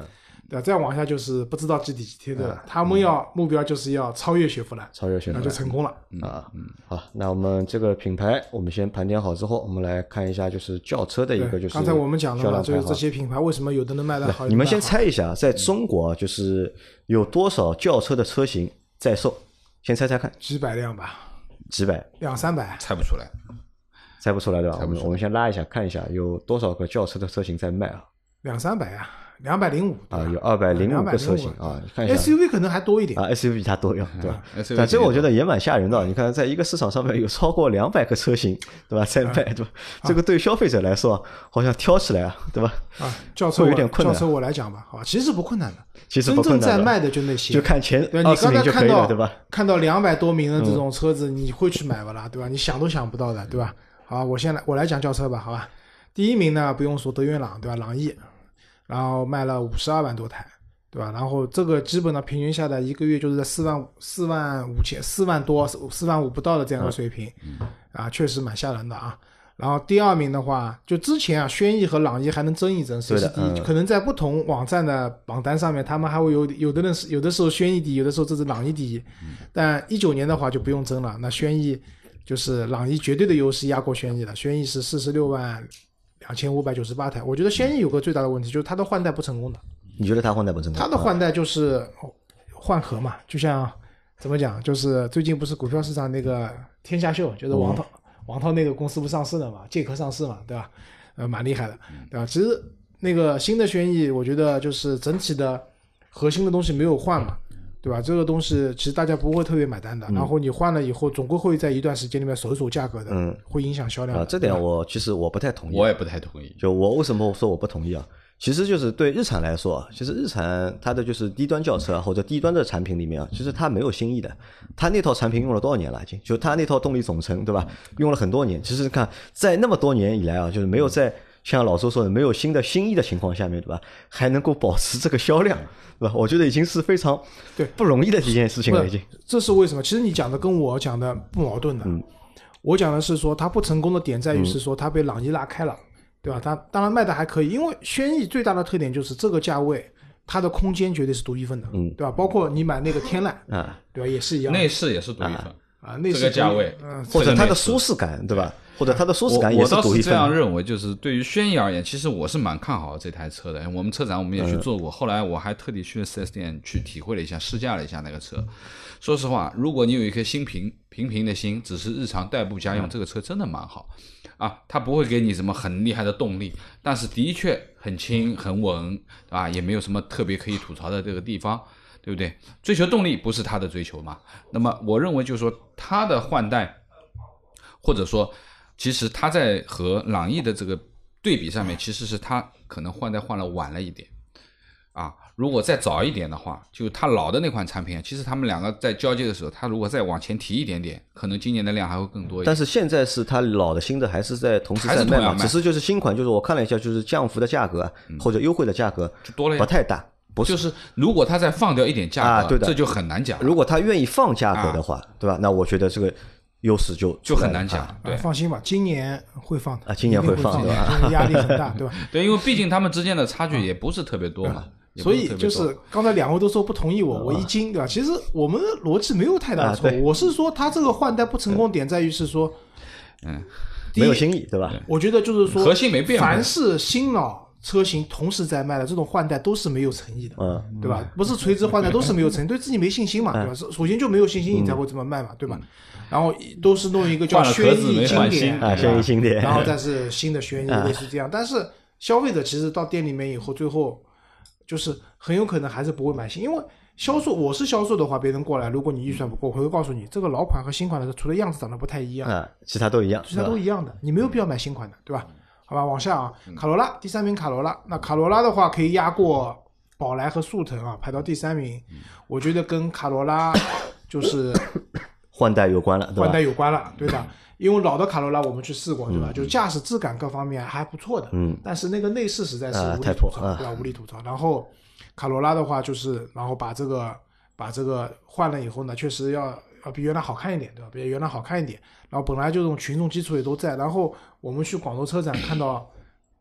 [SPEAKER 3] 对吧？再往下就是不知道几底几贴的了。他们要目标就是要超越雪佛兰，
[SPEAKER 2] 超越雪佛兰
[SPEAKER 3] 那就成功了
[SPEAKER 2] 啊。好，那我们这个品牌我们先盘点好之后，我们来看一下就是轿车的一个就是
[SPEAKER 3] 刚才我们讲了嘛，就是这些
[SPEAKER 2] 品
[SPEAKER 3] 品牌为什么有的能卖得好，
[SPEAKER 2] 你们先猜一下，在中国就是有多少轿车的车型在售？先猜猜看。
[SPEAKER 3] 几百辆吧。
[SPEAKER 2] 几百？
[SPEAKER 3] 两三百？
[SPEAKER 4] 猜不出来。
[SPEAKER 2] 猜不出来对吧？
[SPEAKER 4] 我
[SPEAKER 2] 们我们先拉一下看一下有多少个轿车的车型在卖啊？
[SPEAKER 3] 两三百啊。两百零五
[SPEAKER 2] 啊，有二百零五个车型啊，看一下
[SPEAKER 3] S U V 可能还多一点
[SPEAKER 2] 啊 ，S U V 它多样，对吧？
[SPEAKER 4] 嗯、
[SPEAKER 2] 但这个我觉得也蛮吓人的。你看，在一个市场上面有超过两百个车型，对吧？在卖，对吧？这个对消费者来说，好像挑起来啊，对吧？
[SPEAKER 3] 啊，轿车
[SPEAKER 2] 有点困难。
[SPEAKER 3] 轿车我来讲吧，好吧，其实不困难的，
[SPEAKER 2] 其实不困难的。
[SPEAKER 3] 真正在卖的就那些，
[SPEAKER 2] 就看前二十名就可以了，对吧？
[SPEAKER 3] 看到两百多名的这种车子，你会去买不啦？对吧？你想都想不到的，对吧？好，我先来，我来讲轿车吧，好吧？第一名呢，不用说，德源朗，对吧？朗逸，然后卖了五十二万多台。对吧？然后这个基本呢，平均下来一个月就是在四万四万五千四万多四万五不到的这样的水平，啊，确实蛮吓人的啊。然后第二名的话，就之前啊，轩逸和朗逸还能争一争谁是第一，可能在不同网站的榜单上面，他们还会有有的人是有的时候轩逸第一，有的时候这是朗逸第一。但一九年的话就不用争了，那轩逸就是朗逸绝对的优势压过轩逸了，轩逸是四十六万两千五百九十八台。我觉得轩逸有个最大的问题就是它的换代不成功的。
[SPEAKER 2] 你觉得它换代不成功？
[SPEAKER 3] 它的换代就是换核嘛，就像怎么讲，就是最近不是股票市场那个天下秀，就是王涛、嗯、王涛那个公司不上市了嘛，借壳上市嘛，对吧？呃，蛮厉害的，对吧？其实那个新的轩逸，我觉得就是整体的核心的东西没有换嘛，对吧？这个东西其实大家不会特别买单的，嗯、然后你换了以后，总归会在一段时间里面守一守价格的，嗯，会影响销量的。
[SPEAKER 2] 啊，这点我其实我不太同意，
[SPEAKER 4] 我也不太同意。
[SPEAKER 2] 就我为什么说我不同意啊？其实就是对日产来说，其实日产它的就是低端轿车或者低端的产品里面啊，其实它没有新意的。它那套产品用了多少年了已经？就它那套动力总成，对吧？用了很多年。其实看在那么多年以来啊，就是没有在像老周说的没有新的新意的情况下面，对吧？还能够保持这个销量，对吧？我觉得已经是非常对不容易的一件事情了，已经。
[SPEAKER 3] 这是为什么？其实你讲的跟我讲的不矛盾的。嗯，我讲的是说它不成功的点在于是说它被朗逸拉开了。对吧？它当然卖的还可以，因为轩逸最大的特点就是这个价位，它的空间绝对是独一份的，嗯，对吧？包括你买那个天籁啊，对吧？也是一样，
[SPEAKER 4] 内饰也是独一份
[SPEAKER 3] 啊，内饰
[SPEAKER 4] 这个价位，
[SPEAKER 3] 嗯，
[SPEAKER 2] 或者它的舒适感，对吧？或者它的舒适感也是独一份的。
[SPEAKER 4] 我倒是这样认为，就是对于轩逸而言，其实我是蛮看好这台车的。我们车展我们也去做过，后来我还特地去了 四 S 店去体会了一下，试驾了一下那个车。说实话，如果你有一颗心平平平的心，只是日常代步家用，这个车真的蛮好。啊，它不会给你什么很厉害的动力，但是的确很轻很稳啊，也没有什么特别可以吐槽的这个地方，对不对？追求动力不是它的追求嘛？那么我认为就是说它的换代，或者说其实它在和朗逸的这个对比上面，其实是它可能换代换了晚了一点啊。如果再早一点的话，就它老的那款产品，其实他们两个在交接的时候，它如果再往前提一点点，可能今年的量还会更多一点。
[SPEAKER 2] 但是现在是它老的新的还是在同时在卖嘛？只是就是新款，就是我看了一下，就是降幅的价格、嗯、或者优惠的价格
[SPEAKER 4] 就多了，
[SPEAKER 2] 不太大。不是，
[SPEAKER 4] 就是如果它再放掉一点价格，
[SPEAKER 2] 啊、对的，
[SPEAKER 4] 这就很难讲。
[SPEAKER 2] 如果他愿意放价格的话，啊、对吧？那我觉得这个优势就
[SPEAKER 4] 就很难讲。
[SPEAKER 3] 啊、
[SPEAKER 4] 对，
[SPEAKER 3] 放心吧，今年会放的
[SPEAKER 2] 啊，今年会放，
[SPEAKER 3] 对吧？压力很大，对吧？
[SPEAKER 4] 对，因为毕竟他们之间的差距也不是特别多嘛。啊
[SPEAKER 3] 所以就是刚才两位都说不同意我，我一惊，对吧？其实我们的逻辑没有太大的错误，我是说他这个换代不成功点在于是说，
[SPEAKER 4] 嗯，
[SPEAKER 2] 没有新意，对吧？
[SPEAKER 3] 我觉得就是说
[SPEAKER 4] 核心没变，
[SPEAKER 3] 凡是新老车型同时在卖的这种换代都是没有诚意的，嗯，对吧？不是垂直换代都是没有诚意，对自己没信心嘛，对吧？首先就没有信心，你才会这么卖嘛，对吧？然后都是弄一个叫轩逸经典
[SPEAKER 2] 啊，轩逸经典，
[SPEAKER 3] 然后再是新的轩逸，类似这样。但是消费者其实到店里面以后，最后就是很有可能还是不会买新，因为销售我是销售的话，别人过来，如果你预算不够，我会告诉你，这个老款和新款的除了样子长得不太一样，
[SPEAKER 2] 啊，其他都一样，
[SPEAKER 3] 其他都一样的，你没有必要买新款的，对吧？好吧，往下啊，卡罗拉第三名，卡罗拉，那卡罗拉的话可以压过宝来和速腾啊，排到第三名，我觉得跟卡罗拉就是
[SPEAKER 2] 换代有关了，对吧？
[SPEAKER 3] 换代有关了，对的。因为老的卡罗拉我们去试过，对吧？嗯、就驾驶质感各方面还不错的，嗯，但是那个内饰实在是无力吐槽，呃、对吧？无力吐槽。然后卡罗拉的话，就是然后把这个把这个换了以后呢，确实要要比原来好看一点，对吧？比原来好看一点。然后本来这种群众基础也都在，然后我们去广州车展看到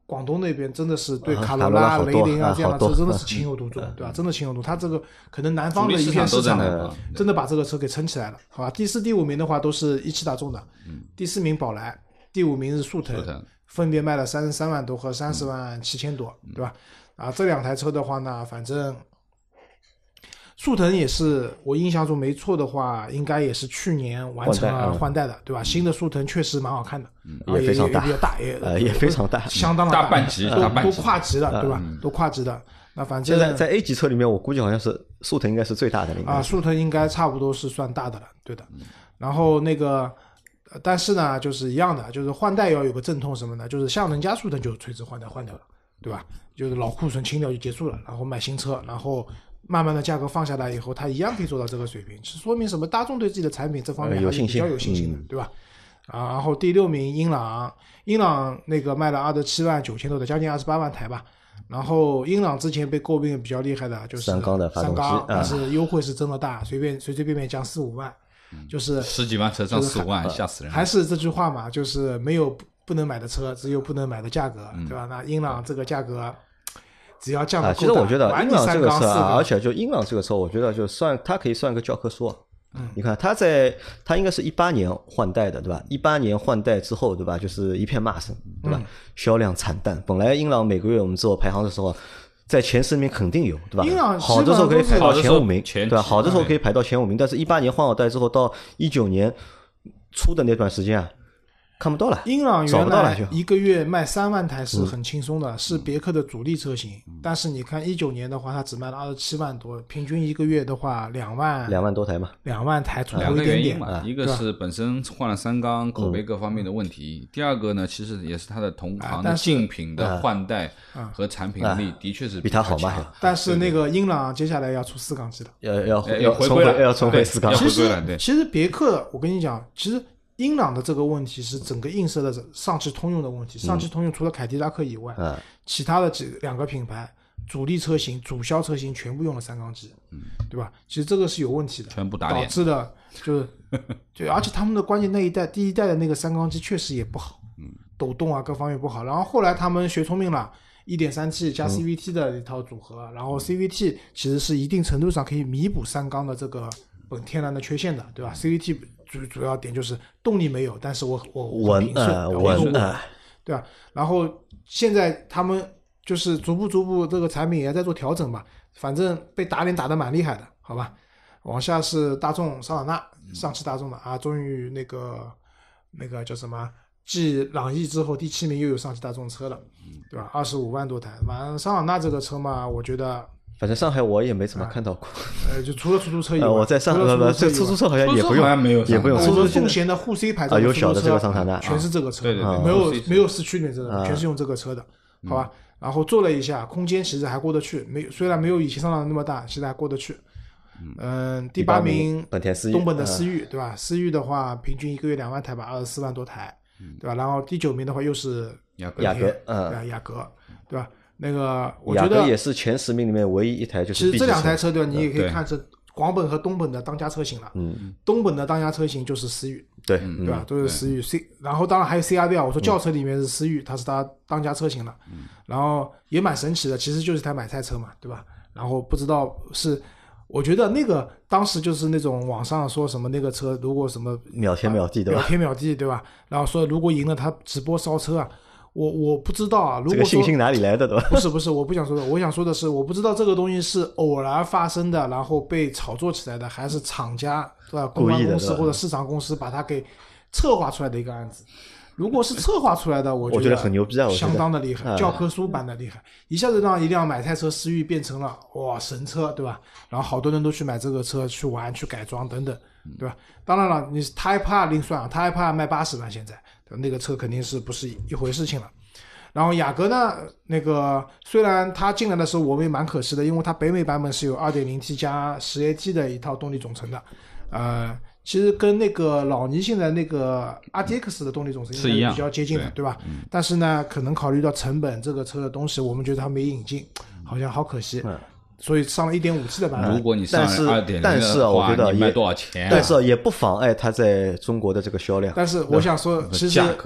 [SPEAKER 3] 广东那边真的是对
[SPEAKER 2] 啊
[SPEAKER 3] 卡罗拉、
[SPEAKER 2] 卡罗拉好多
[SPEAKER 3] 雷凌啊
[SPEAKER 2] 啊
[SPEAKER 3] 这样的车
[SPEAKER 2] 好多
[SPEAKER 3] 真的是情有独钟，对吧？真的情有独钟。它这个可能南方的一片市
[SPEAKER 4] 主力市场
[SPEAKER 3] 场
[SPEAKER 4] 都在南方
[SPEAKER 3] 真的把这个车给撑起来了，好吧？第四、第五名的话都是一汽大众的，第四名宝来，第五名是速腾，
[SPEAKER 4] 速腾
[SPEAKER 3] 分别卖了三十三万多和三十万七千多，对吧？啊，这两台车的话呢，反正速腾也是我印象中没错的话，应该也是去年完成了换代的，对吧？新的速腾确实蛮好看的，啊
[SPEAKER 2] 也非常大
[SPEAKER 3] 也比较大，也
[SPEAKER 2] 呃也非常大
[SPEAKER 3] 相当的
[SPEAKER 4] 大半级
[SPEAKER 3] 都都
[SPEAKER 4] 大半级
[SPEAKER 3] 跨级了，对吧？都跨级的。那反正
[SPEAKER 2] 现在在 A 级车里面，我估计好像是速腾应该是最大的了，应该
[SPEAKER 3] 啊，
[SPEAKER 2] 是
[SPEAKER 3] 速腾应该差不多是算大的了，对的。然后那个，呃但是呢，就是一样的，就是换代要有个阵痛什么呢？就是像人家速腾就垂直换代换掉了，对吧？就是老库存清掉就结束了，然后买新车，然后慢慢的价格放下来以后，它一样可以做到这个水平，是说明什么？大众对自己的产品这方面还是比较有信心的，对吧？啊，然后第六名英朗，英朗那个卖了二十七万九千多的，将近二十八万台吧。然后英朗之前被诟病比较厉害的就是
[SPEAKER 2] 三缸的发动机
[SPEAKER 3] 三缸，但
[SPEAKER 2] 啊
[SPEAKER 3] 是优惠是真的大，随便随随便便降四五万，就是
[SPEAKER 4] 十几万车涨四五万，吓死人了。
[SPEAKER 3] 还是这句话嘛，就是没有不能买的车，只有不能买的价格，对吧？那英朗这个价格只要降
[SPEAKER 2] 啊，
[SPEAKER 3] 得够大，
[SPEAKER 2] 其实我觉得英朗这个车啊，而
[SPEAKER 3] 且
[SPEAKER 2] 且就英朗这个车，我觉得就算它可以算个教科书。嗯，你看它在它应该是一八年换代的，对吧？一八年换代之后，对吧？就是一片骂声，对吧？
[SPEAKER 3] 嗯、
[SPEAKER 2] 销量惨淡。本来英朗每个月我们做排行的时候，在前十名肯定有，对吧？
[SPEAKER 3] 英朗
[SPEAKER 2] 好的时候可以排到前五名，
[SPEAKER 4] 对
[SPEAKER 2] 吧？好的时候可以排到前五名，但是一八年换好代之后，到一九年初的那段时间啊。看不到了，
[SPEAKER 3] 英朗原来一个月卖三万台是
[SPEAKER 2] 嗯
[SPEAKER 3] 很轻松的，嗯、是别克的主力车型。嗯、但是你看一九年的话，它只卖了二十七万多，平均一个月的话两万
[SPEAKER 2] 两万多台嘛，
[SPEAKER 3] 两万台出
[SPEAKER 4] 头
[SPEAKER 3] 一点点
[SPEAKER 4] 嘛。一个是本身换了三缸，口碑各方面的问题；
[SPEAKER 2] 嗯、
[SPEAKER 4] 第二个呢，其实也是它的同行的竞品的换代和产品力的确是
[SPEAKER 2] 比它好嘛。
[SPEAKER 3] 但是那个英朗接下来要出四缸机的，
[SPEAKER 2] 要要
[SPEAKER 4] 要
[SPEAKER 2] 回归了，要重回四缸。
[SPEAKER 3] 其实其实别克，我跟你讲，其实。英朗的这个问题是整个映射的上汽通用的问题。上汽通用除了凯迪拉克以外，
[SPEAKER 2] 嗯、
[SPEAKER 3] 其他的几两个品牌主力车型、主销车型全部用了三缸机，嗯、对吧？其实这个是有问题的，
[SPEAKER 4] 全部打脸，
[SPEAKER 3] 导致的就是对，而且他们的关键那一代第一代的那个三缸机确实也不好，嗯，抖动啊各方面不好。然后后来他们学聪明了。一点三 T 加 C V T 的一套组合，嗯、然后 C V T 其实是一定程度上可以弥补三缸的这个本天然的缺陷的，对吧 ？C V T 主主要点就是动力没有，但是我我
[SPEAKER 2] 稳呃稳
[SPEAKER 3] 呃，对吧？然后现在他们就是逐步逐步这个产品也在做调整吧，反正被打脸打得蛮厉害的，好吧？往下是大众桑塔纳，上汽大众的啊，终于那个那个叫什么？继朗逸之后，第七名又有上汽大众车了，对吧？二十五万多台。反正桑塔纳这个车嘛，我觉得，
[SPEAKER 2] 反正上海我也没怎么看到过。
[SPEAKER 3] 呃，就除了出租车以外，
[SPEAKER 2] 呃、我在上海不不，这出租车好像也不用，
[SPEAKER 4] 没有，
[SPEAKER 2] 也不用。
[SPEAKER 3] 我们奉贤的沪 C 牌照
[SPEAKER 2] 啊，有小的这个桑塔纳，
[SPEAKER 3] 全是这个车，
[SPEAKER 4] 对对对，
[SPEAKER 3] 没有没有市区里面这个，全是用这个车的，好吧？然后做了一下，空间其实还过得去，没虽然没有以前桑塔纳那么大，现在还过得去。嗯，第八名
[SPEAKER 2] 本田思域，
[SPEAKER 3] 东本的思域，对吧？思域的话，平均一个月两万台吧，二十四万多台。对吧？然后第九名的话又是
[SPEAKER 4] 雅阁，
[SPEAKER 2] 雅阁，嗯，
[SPEAKER 3] 对吧？雅阁，对吧？那个我觉得
[SPEAKER 2] 雅阁也是前十名里面唯一一台就是。
[SPEAKER 3] 其实这两台车对吧？你也可以看成广本和东本的当家车型了。
[SPEAKER 2] 嗯，
[SPEAKER 3] 东本的当家车型就是思域，
[SPEAKER 2] 对，
[SPEAKER 3] 对吧？都是思域 C，然后当然还有 C R V 啊。我说轿车里面是思域，它是它当家车型了。然后也蛮神奇的，其实就是台买菜车嘛，对吧？然后不知道是。我觉得那个当时就是那种网上说什么那个车如果什么
[SPEAKER 2] 秒天秒地对吧？
[SPEAKER 3] 秒天秒地对吧？然后说如果赢了他直播烧车啊，我我不知道啊。如果
[SPEAKER 2] 这个信心哪里来的对吧？
[SPEAKER 3] 不是不是，我不想说的，我想说的是，我不知道这个东西是偶然发生的，然后被炒作起来的，还是厂家对吧？公关公司或者市场公司把它给策划出来的一个案子。如果是策划出来的，我
[SPEAKER 2] 觉得很牛逼啊，
[SPEAKER 3] 相当的厉害，教科书般的厉害，一下子让一辆买菜车思域变成了哇神车，对吧？然后好多人都去买这个车去玩、去改装等等，对吧？当然了，你他还怕另算啊，他还怕卖八十万，现在那个车肯定是不是一回事情了。然后雅阁呢，那个虽然它进来的时候我们也蛮可惜的，因为它北美版本是有 二点零 T 加 十 A T 的一套动力总成的，呃。其实跟那个老倪现在那个 R D X 的动力总成应该比较接近的， 对, 对吧、嗯？但是呢，可能考虑到成本，这个车的东西我们觉得它没引进，好像好可惜，嗯、所以上了 一点五 T 的版本。
[SPEAKER 4] 如果你上了 二点零 的话，
[SPEAKER 2] 但是我觉得
[SPEAKER 4] 你卖多少钱、啊？
[SPEAKER 2] 但是也不妨碍它在中国的这个销量。
[SPEAKER 3] 但是我想说，其实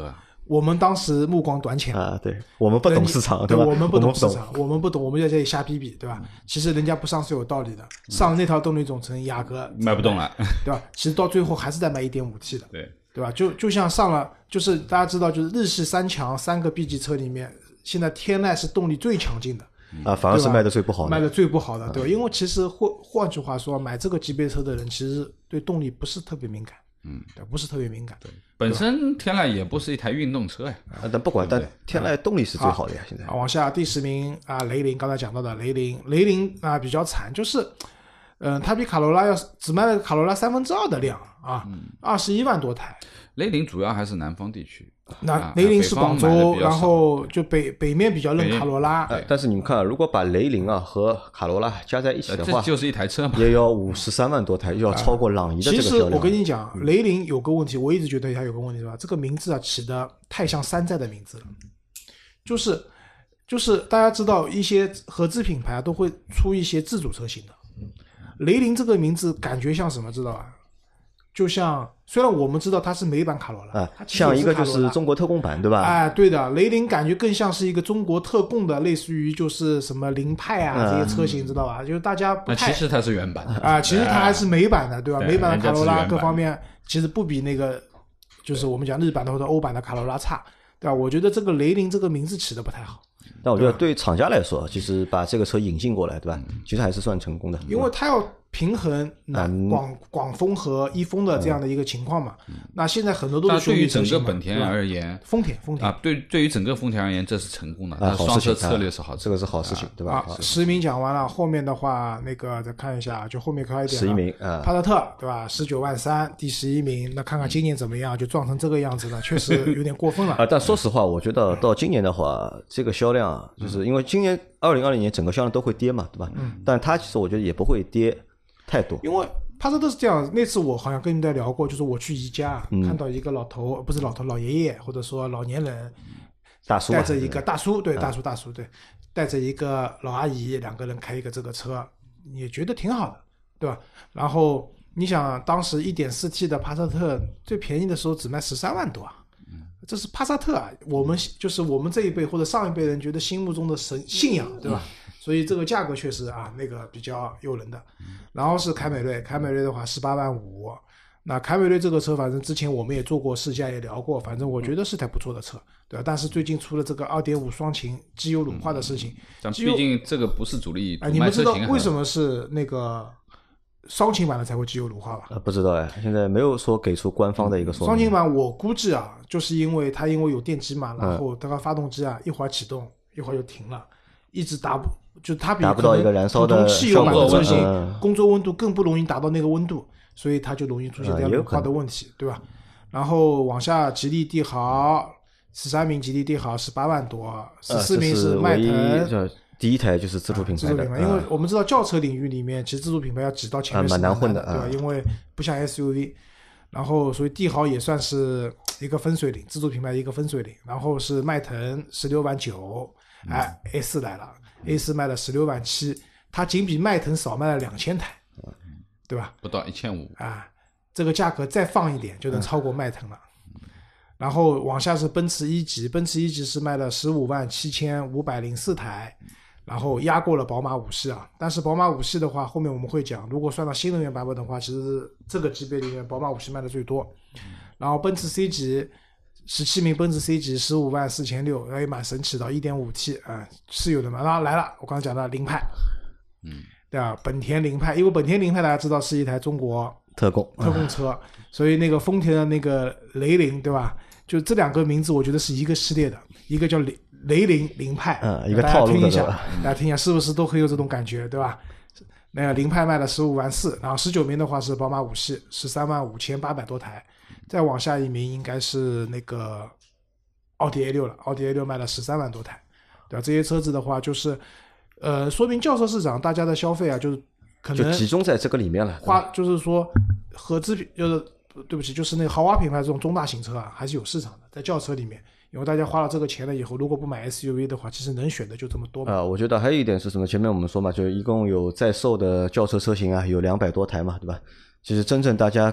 [SPEAKER 3] 我们当时目光短浅
[SPEAKER 2] 啊，对我们不懂市场，
[SPEAKER 3] 对
[SPEAKER 2] 吧？
[SPEAKER 3] 我们不懂市
[SPEAKER 2] 我
[SPEAKER 3] 场，我们不懂，我们在这里瞎逼逼，对吧？其实人家不上是有道理的，上那套动力总成雅阁
[SPEAKER 4] 卖不动了，
[SPEAKER 3] 对吧？其实到最后还是在卖 一点五 T 的，
[SPEAKER 4] 对
[SPEAKER 3] 对吧？就就像上了，就是大家知道，就是日系三强三个 B 级车里面，现在天籁是动力最强劲的。
[SPEAKER 2] 啊，反而是卖的最不好的，
[SPEAKER 3] 卖的最不好的，对吧？因为其实换换句话说，买这个级别车的人其实对动力不是特别敏感，
[SPEAKER 4] 嗯，
[SPEAKER 3] 对，不是特别敏感。
[SPEAKER 4] 对，本身天籁也不是一台运动车呀，
[SPEAKER 2] 啊，但不管，但天籁动力是最好的呀，现在。
[SPEAKER 3] 啊，往下第十名啊，雷凌，刚才讲到的雷凌，雷凌啊比较惨，就是，嗯、呃，它比卡罗拉要只卖了卡罗拉三分之二的量啊，二十一万多台。
[SPEAKER 4] 雷凌主要还是南方地区。
[SPEAKER 3] 那雷凌是广州，然后就北北面比较认卡罗拉。
[SPEAKER 2] 呃、但是你们看，如果把雷凌啊和卡罗拉加在一起的话，
[SPEAKER 4] 这就是一台车嘛，
[SPEAKER 2] 也要五十三万多台，又要超过朗逸的这个销量。
[SPEAKER 3] 其实我跟你讲，雷凌有个问题，我一直觉得它有个问题是吧？这个名字啊起的太像山寨的名字了，就是就是大家知道一些合资品牌都会出一些自主车型的，雷凌这个名字感觉像什么知道吧？就像虽然我们知道它是美版卡罗拉，
[SPEAKER 2] 啊，像一个就是中国特供版，对吧？
[SPEAKER 3] 哎，对的，雷凌感觉更像是一个中国特供的，类似于就是什么凌派啊、嗯、这些车型，知道吧？就是大家不太。
[SPEAKER 4] 那其实它是原版
[SPEAKER 3] 啊，其实它还是美版的，对吧？
[SPEAKER 4] 对
[SPEAKER 3] 美版的卡罗拉各方面其实不比那个就是我们讲日版的或者欧版的卡罗拉差，对吧？我觉得这个雷凌这个名字起的不太好。
[SPEAKER 2] 但我觉得对厂家来说，其实把这个车引进过来，对吧？其实还是算成功的，
[SPEAKER 3] 因为它要平衡南广广丰和一丰的这样的一个情况嘛。嗯、那现在很多都是
[SPEAKER 4] 对于整个本田而言，
[SPEAKER 3] 丰田丰田
[SPEAKER 4] 啊，对对于整个丰田而言，这是成功的，它双车策略是好，
[SPEAKER 2] 这个是好事情，对吧？
[SPEAKER 3] 啊，十名讲完了，后面的话那个再看一下，就后面快一点。
[SPEAKER 2] 十一名啊，
[SPEAKER 3] 帕萨特对吧？十九万三，第十一名。那看看今年怎么样，就撞成这个样子了，确实有点过分了
[SPEAKER 2] 啊。但说实话，我觉得到今年的话，这个销量啊，就是因为今年二零二零年整个销量都会跌嘛，对吧？嗯。但它其实我觉得也不会跌太多，
[SPEAKER 3] 因为帕萨特是这样。那次我好像跟你们聊过，就是我去宜家、嗯、看到一个老头，不是老头，老爷爷或者说老年人，
[SPEAKER 2] 大叔
[SPEAKER 3] 带着一个大叔，对，大叔大叔对，带着一个老阿姨，两个人开一个这个车，也觉得挺好的，对吧？然后你想，当时 一点四 T 的帕萨特最便宜的时候只卖十三万多啊。这是帕萨特啊，我们就是我们这一辈或者上一辈人觉得心目中的神信仰，对吧？所以这个价格确实啊，那个比较诱人的。然后是凯美瑞，凯美瑞的话十八万五，那凯美瑞这个车，反正之前我们也做过试驾，也聊过，反正我觉得是台不错的车，对吧？但是最近出了这个 二点五 双擎机油乳化的事情，
[SPEAKER 4] 但毕竟这个不是主力，
[SPEAKER 3] 哎，你们知道为什么是那个双擎版的才会机油乳化吧？
[SPEAKER 2] 呃，不知道哎，现在没有说给出官方的一个说明。
[SPEAKER 3] 双擎版我估计啊，就是因为它因为有电机嘛，然后它个发动机啊一会儿启动一会儿就停了，一直达不就它比
[SPEAKER 2] 达不到一个燃烧的
[SPEAKER 3] 汽油版的车型、
[SPEAKER 2] 嗯、
[SPEAKER 3] 工作温度更不容易达到那个温度，所以它就容易出现这样乳化的问题，对吧？然后往下，吉利帝豪十三名，吉利帝豪十八万多，十四名是迈腾。
[SPEAKER 2] 呃第一台就是自主品牌的，
[SPEAKER 3] 啊、因为我们知道轿车领域里面，其实自主品牌要挤到前面是
[SPEAKER 2] 蛮难混的，
[SPEAKER 3] 对吧？因为不像 S U V， 然后所以帝豪也算是一个分水岭，自主品牌的一个分水岭。然后是迈腾十六万九，哎 ，A 四来了 ，A 四卖了十六万七，它仅比迈腾少卖了两千台，对吧？
[SPEAKER 4] 不到一千五
[SPEAKER 3] 啊，这个价格再放一点就能超过迈腾了。嗯、然后往下是奔驰一级，奔驰一级是卖了十五万七千五百零四台。然后压过了宝马五系啊，但是宝马五系的话，后面我们会讲，如果算到新能源版本的话，其实这个级别里面宝马五系卖的最多。然后奔驰 C 级，十七名奔驰 C 级十五万四千六，也蛮神奇的 ，一点五 T 啊、呃、是有的嘛。然后来了，我刚才讲的凌派，
[SPEAKER 4] 嗯，
[SPEAKER 3] 对吧？本田凌派，因为本田凌派大家知道是一台中国
[SPEAKER 2] 特供
[SPEAKER 3] 特供车，所以那个丰田的那个雷凌，对吧？就这两个名字，我觉得是一个系列的，一个叫雷。雷凌凌派，
[SPEAKER 2] 嗯，一个套路的，
[SPEAKER 3] 大家听一下，大家听一下，是不是都很有这种感觉，对吧？那个凌派卖了十五万四，然后十九名的话是宝马五系，十三万五千八百多台，再往下一名应该是那个奥迪 A 六了，奥迪 A 六卖了十三万多台，对吧？这些车子的话，就是呃，说明轿车市场大家的消费啊，就是可能
[SPEAKER 2] 就集中在这个里面了，
[SPEAKER 3] 花就是说合资品，就是对不起，就是那个豪华品牌这种中大型车啊，还是有市场的，在轿车里面。因为大家花了这个钱了以后，如果不买 S U V 的话，其实能选的就这么多嘛。
[SPEAKER 2] 啊、呃，我觉得还有一点是什么？前面我们说嘛，就一共有在售的轿车车型啊，有两百多台嘛，对吧？其实真正大家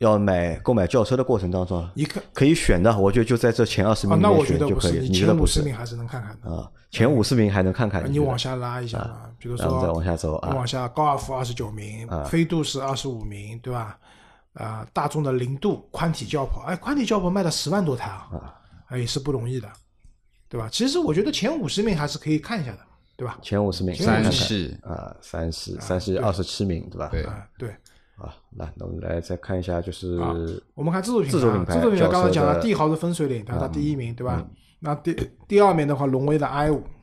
[SPEAKER 2] 要买购买轿车的过程当中，
[SPEAKER 3] 一看
[SPEAKER 2] 可以选的，我觉得就在这前二十名里
[SPEAKER 3] 啊，那
[SPEAKER 2] 面
[SPEAKER 3] 我觉得不是，
[SPEAKER 2] 选就可以。
[SPEAKER 3] 你前五
[SPEAKER 2] 你觉得不是
[SPEAKER 3] 十名还是能看看的
[SPEAKER 2] 啊？前五十名还能看看，
[SPEAKER 3] 你往下拉一下嘛，比如说
[SPEAKER 2] 然后再往下走啊，
[SPEAKER 3] 往下高尔夫二十九名，飞度是二十五名，对吧？啊，大众的零度宽体轿跑，哎，宽体轿跑卖了十万多台啊，哎，也是不容易的，对吧？其实我觉得前五十名还是可以看一下的，对吧？
[SPEAKER 2] 前五十名，
[SPEAKER 4] 三系
[SPEAKER 2] 啊，三系，三系二十七名，对吧？
[SPEAKER 4] 对
[SPEAKER 3] 啊，对。
[SPEAKER 2] 啊，那那我们来再看一下，就是
[SPEAKER 3] 我们看自主品牌，
[SPEAKER 2] 自主品牌，
[SPEAKER 3] 自主品牌刚才讲了，帝豪的分水岭，它它第一名，对吧？那第第二名的话，荣威的 i 五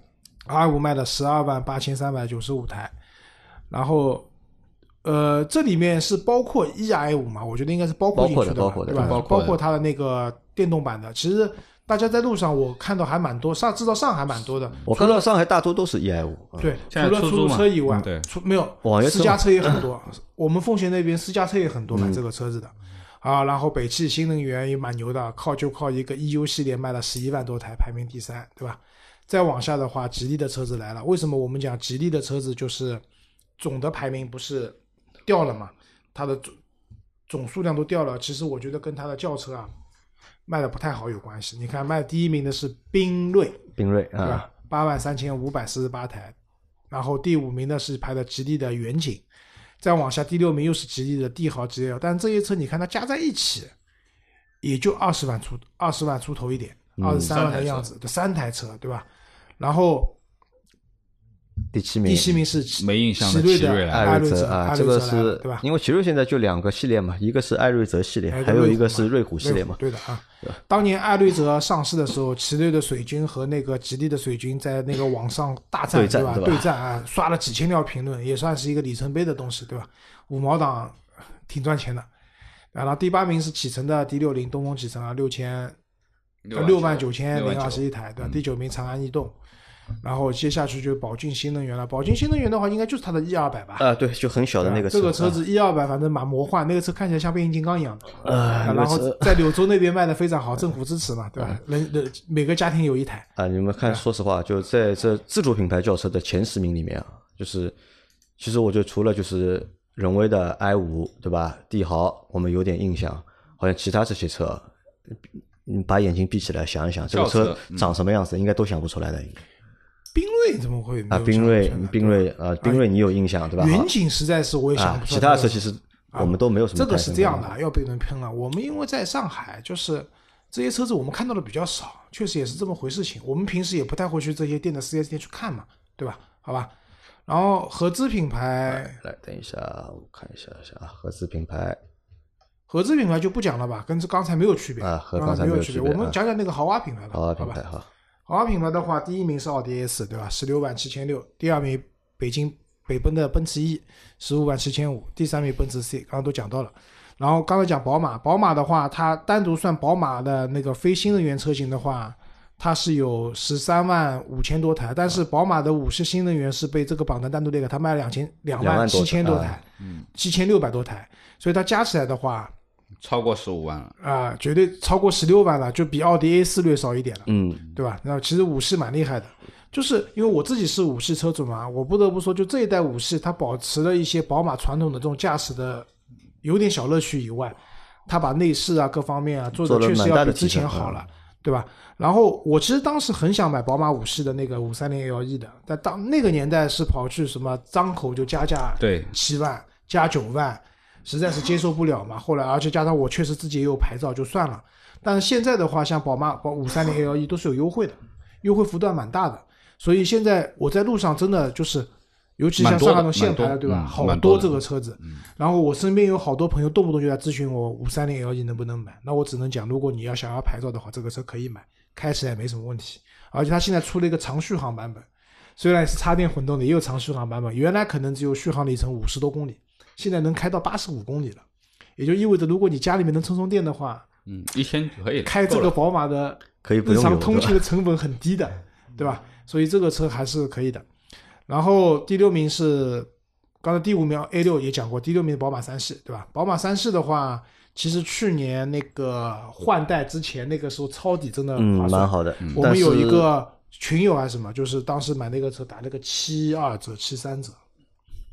[SPEAKER 3] ，i 五卖了十二万八千三百九十五台，然后。呃，这里面是包括 E i 五嘛？我觉得应该是包括进去的，
[SPEAKER 2] 包括的，
[SPEAKER 3] 对吧？
[SPEAKER 4] 包
[SPEAKER 3] 括包括它的那个电动版的。其实大家在路上我看到还蛮多，上至少上海蛮多的。
[SPEAKER 2] 我看到上海大多都是 E i 五。
[SPEAKER 3] 对，除了出租车以外，
[SPEAKER 4] 嗯、对，
[SPEAKER 3] 出没有私家车也很多。我们奉贤那边私家车也很多买这个车子的。嗯、啊，然后北汽新能源也蛮牛的，靠就靠一个 E U 系列卖了十一万多台，排名第三，对吧？再往下的话，吉利的车子来了。为什么我们讲吉利的车子就是总的排名不是？掉了嘛，它的总总数量都掉了。其实我觉得跟它的轿车啊卖的不太好有关系。你看卖第一名的是缤瑞，
[SPEAKER 2] 缤瑞啊，
[SPEAKER 3] 对吧？八万三千五百四十八台，然后第五名的是排的吉利的远景，再往下第六名又是吉利的帝豪 G L， 但这些车你看它加在一起也就二十万出二十万出头一点，二十三万的样子，这、嗯、三台车，对吧？然后。
[SPEAKER 2] 第七名，
[SPEAKER 3] 第七名是
[SPEAKER 4] 没印象的奇瑞
[SPEAKER 2] 艾瑞泽啊，这个是
[SPEAKER 3] 对吧？
[SPEAKER 2] 因为奇瑞现在就两个系列嘛，一个是艾瑞泽系列，还有一个是瑞虎系列嘛。
[SPEAKER 3] 对的啊，当年艾瑞泽上市的时候，奇瑞的水军和那个吉利的水军在那个网上大战，对吧？对战啊，刷了几千条评论，也算是一个里程碑的东西，对吧？五毛党挺赚钱的。然后第八名是启辰的 D 六十，东风启辰啊，六千六万九千零二十一台，对吧？第九名长安逸动。然后接下去就是宝骏新能源了。宝骏新能源的话，应该就是它的 E 二百吧？
[SPEAKER 2] 啊，对，就很小的那个车。
[SPEAKER 3] 这个车子 E 二百反正蛮魔幻，那个车看起来像变形金刚一样的。
[SPEAKER 2] 呃，
[SPEAKER 3] 然后在柳州那边卖的非常好，政府支持嘛，对吧？人人每个家庭有一台。
[SPEAKER 2] 啊，你们看，说实话，就在这自主品牌轿车的前十名里面啊，就是其实我觉得除了就是荣威的 i 五，对吧？帝豪我们有点印象，好像其他这些车，你把眼睛闭起来想一想，这个车长什么样子，应该都想不出来的。
[SPEAKER 3] 缤瑞怎么会
[SPEAKER 2] 啊？缤瑞，缤瑞啊，缤瑞你有印象对吧？
[SPEAKER 3] 远景实在是我也想不出来、
[SPEAKER 2] 啊。其他车其实我们都没有什么、啊。
[SPEAKER 3] 这个是这样的，要被人喷了。我们因为在上海，就是这些车子我们看到的比较少，确实也是这么回事情。我们平时也不太会去这些店的 四 S 店去看嘛，对吧？好吧。然后合资品牌，
[SPEAKER 2] 来等一下，我看一下一下啊，合资品牌，
[SPEAKER 3] 合资品牌就不讲了吧，跟这刚才没有区别
[SPEAKER 2] 啊，和刚才没有区别。
[SPEAKER 3] 我们讲讲那个豪华品牌吧，
[SPEAKER 2] 豪华品牌
[SPEAKER 3] 哈。豪华品牌的话，第一名是奥迪 S， 对吧？十六万七千六。第二名北京北奔的奔驰 E， 十五万七千五。第三名奔驰 C， 刚刚都讲到了。然后刚才讲宝马，宝马的话，它单独算宝马的那个非新能源车型的话，它是有十三万五千多台，但是宝马的五系新能源是被这个榜单单独列给它卖了两千两万七千多台，嗯，七千六百多台，所以它加起来的话。
[SPEAKER 4] 超过十五万了
[SPEAKER 3] 啊、呃，绝对超过十六万了，就比奥迪 A 四 略少一点了，
[SPEAKER 2] 嗯，
[SPEAKER 3] 对吧？那其实五系蛮厉害的，就是因为我自己是五系车主嘛，我不得不说，就这一代五系，它保持了一些宝马传统的这种驾驶的有点小乐趣以外，它把内饰啊各方面啊做的确实要比之前好了，对吧？然后我其实当时很想买宝马五系的那个五三零 L E 的，但当那个年代是跑去什么张口就加价
[SPEAKER 4] 对
[SPEAKER 3] 七万加九万。实在是接受不了嘛，后来而且加上我确实自己也有牌照就算了，但是现在的话像宝马宝五三零 L E 都是有优惠的，优惠幅度还蛮大的，所以现在我在路上真的就是尤其像上海那种限牌的对吧、嗯、好多这个车子、嗯、然后我身边有好多朋友动不动就在咨询我五三零 L E 能不能买，那我只能讲如果你要想要牌照的话这个车可以买，开起来没什么问题，而且它现在出了一个长续航版本，虽然是插电混动的也有长续航版本，原来可能只有续航里程五十多公里，现在能开到八十五公里了，也就意味着如果你家里面能充充电的话，
[SPEAKER 4] 嗯，一天就可以
[SPEAKER 3] 开这个宝马的
[SPEAKER 2] 可以
[SPEAKER 3] 日常通勤的成本很低的，对吧？所以这个车还是可以的。然后第六名是刚才第五名 A 六 也讲过，第六名宝马三系，对吧？宝马三系的话，其实去年那个换代之前那个时候抄底真的划算，
[SPEAKER 2] 嗯，蛮好的。
[SPEAKER 3] 我们有一个群友还是什么，就是当时买那个车打了个七二折、七三折。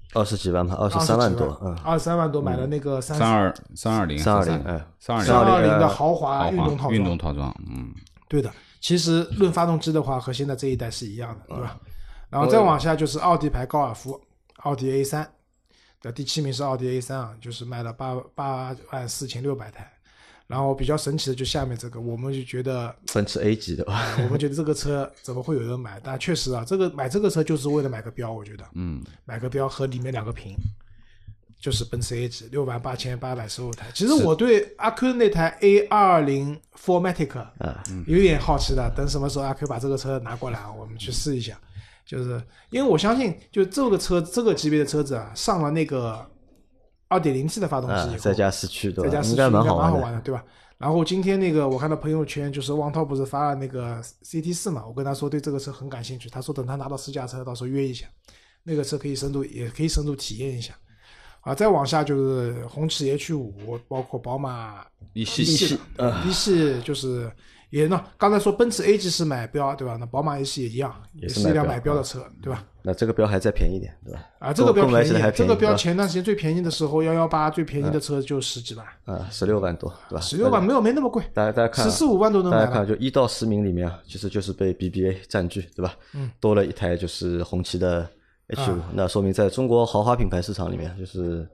[SPEAKER 2] 二十几万吧，二十三万多，嗯，
[SPEAKER 3] 二十三万多买了那个三
[SPEAKER 4] 三二三二零
[SPEAKER 2] 三二零，哎，
[SPEAKER 4] 三二零
[SPEAKER 3] 三二零的
[SPEAKER 2] 豪
[SPEAKER 3] 华运动套装，
[SPEAKER 4] 运动套装，嗯，
[SPEAKER 3] 对的。其实论发动机的话，和现在这一代是一样的，对吧？然后再往下就是奥迪牌高尔夫，奥迪 A 三，的第七名是奥迪 A 三啊，就是卖了八八万四千六百台。然后比较神奇的就下面这个，我们就觉得
[SPEAKER 2] 奔驰 A 级的吧，
[SPEAKER 3] 我们觉得这个车怎么会有人买？但确实啊，这个买这个车就是为了买个标，我觉得，
[SPEAKER 4] 嗯，
[SPEAKER 3] 买个标和里面两个屏，就是奔驰 A 级六万八千八百十五台。其实我对阿 Q 那台 A 二零 四 Matic
[SPEAKER 2] 啊，
[SPEAKER 3] 有点好奇的，等什么时候阿 Q 把这个车拿过来，我们去试一下。就是因为我相信，就这个车这个级别的车子啊，上了那个二点零 T 的发动机以后，
[SPEAKER 2] 啊，再加四驱对吧？
[SPEAKER 3] 再加四驱
[SPEAKER 2] 应该蛮好
[SPEAKER 3] 玩
[SPEAKER 2] 玩
[SPEAKER 3] 的，对吧？然后今天那个我看到朋友圈，就是汪涛不是发了那个 C T 四嘛，我跟他说对这个车很感兴趣，他说等他拿到试驾车，到时候约一下，那个车可以深度也可以深度体验一下。啊，再往下就是红旗 H 五，包括宝马
[SPEAKER 4] 一系
[SPEAKER 3] 一系，一系就是也那刚才说奔驰 A 级是买标对吧？那宝马一系也一样，也是一辆买标的车对吧？
[SPEAKER 2] 那这个标还再便宜点对吧？
[SPEAKER 3] 啊，这个标便宜，
[SPEAKER 2] 便宜
[SPEAKER 3] 这个标前段时间最便宜的时候，幺幺八最便宜的车就十几万，
[SPEAKER 2] 啊，十六万多对吧？
[SPEAKER 3] 十六万没有没那么贵，
[SPEAKER 2] 大家大家看，
[SPEAKER 3] 十四五万都能买。
[SPEAKER 2] 大家看，就一到十名里面啊，其实就是被 B B A 占据对吧？
[SPEAKER 3] 嗯，
[SPEAKER 2] 多了一台就是红旗的 H 五，那说明在中国豪华品牌市场里面，就是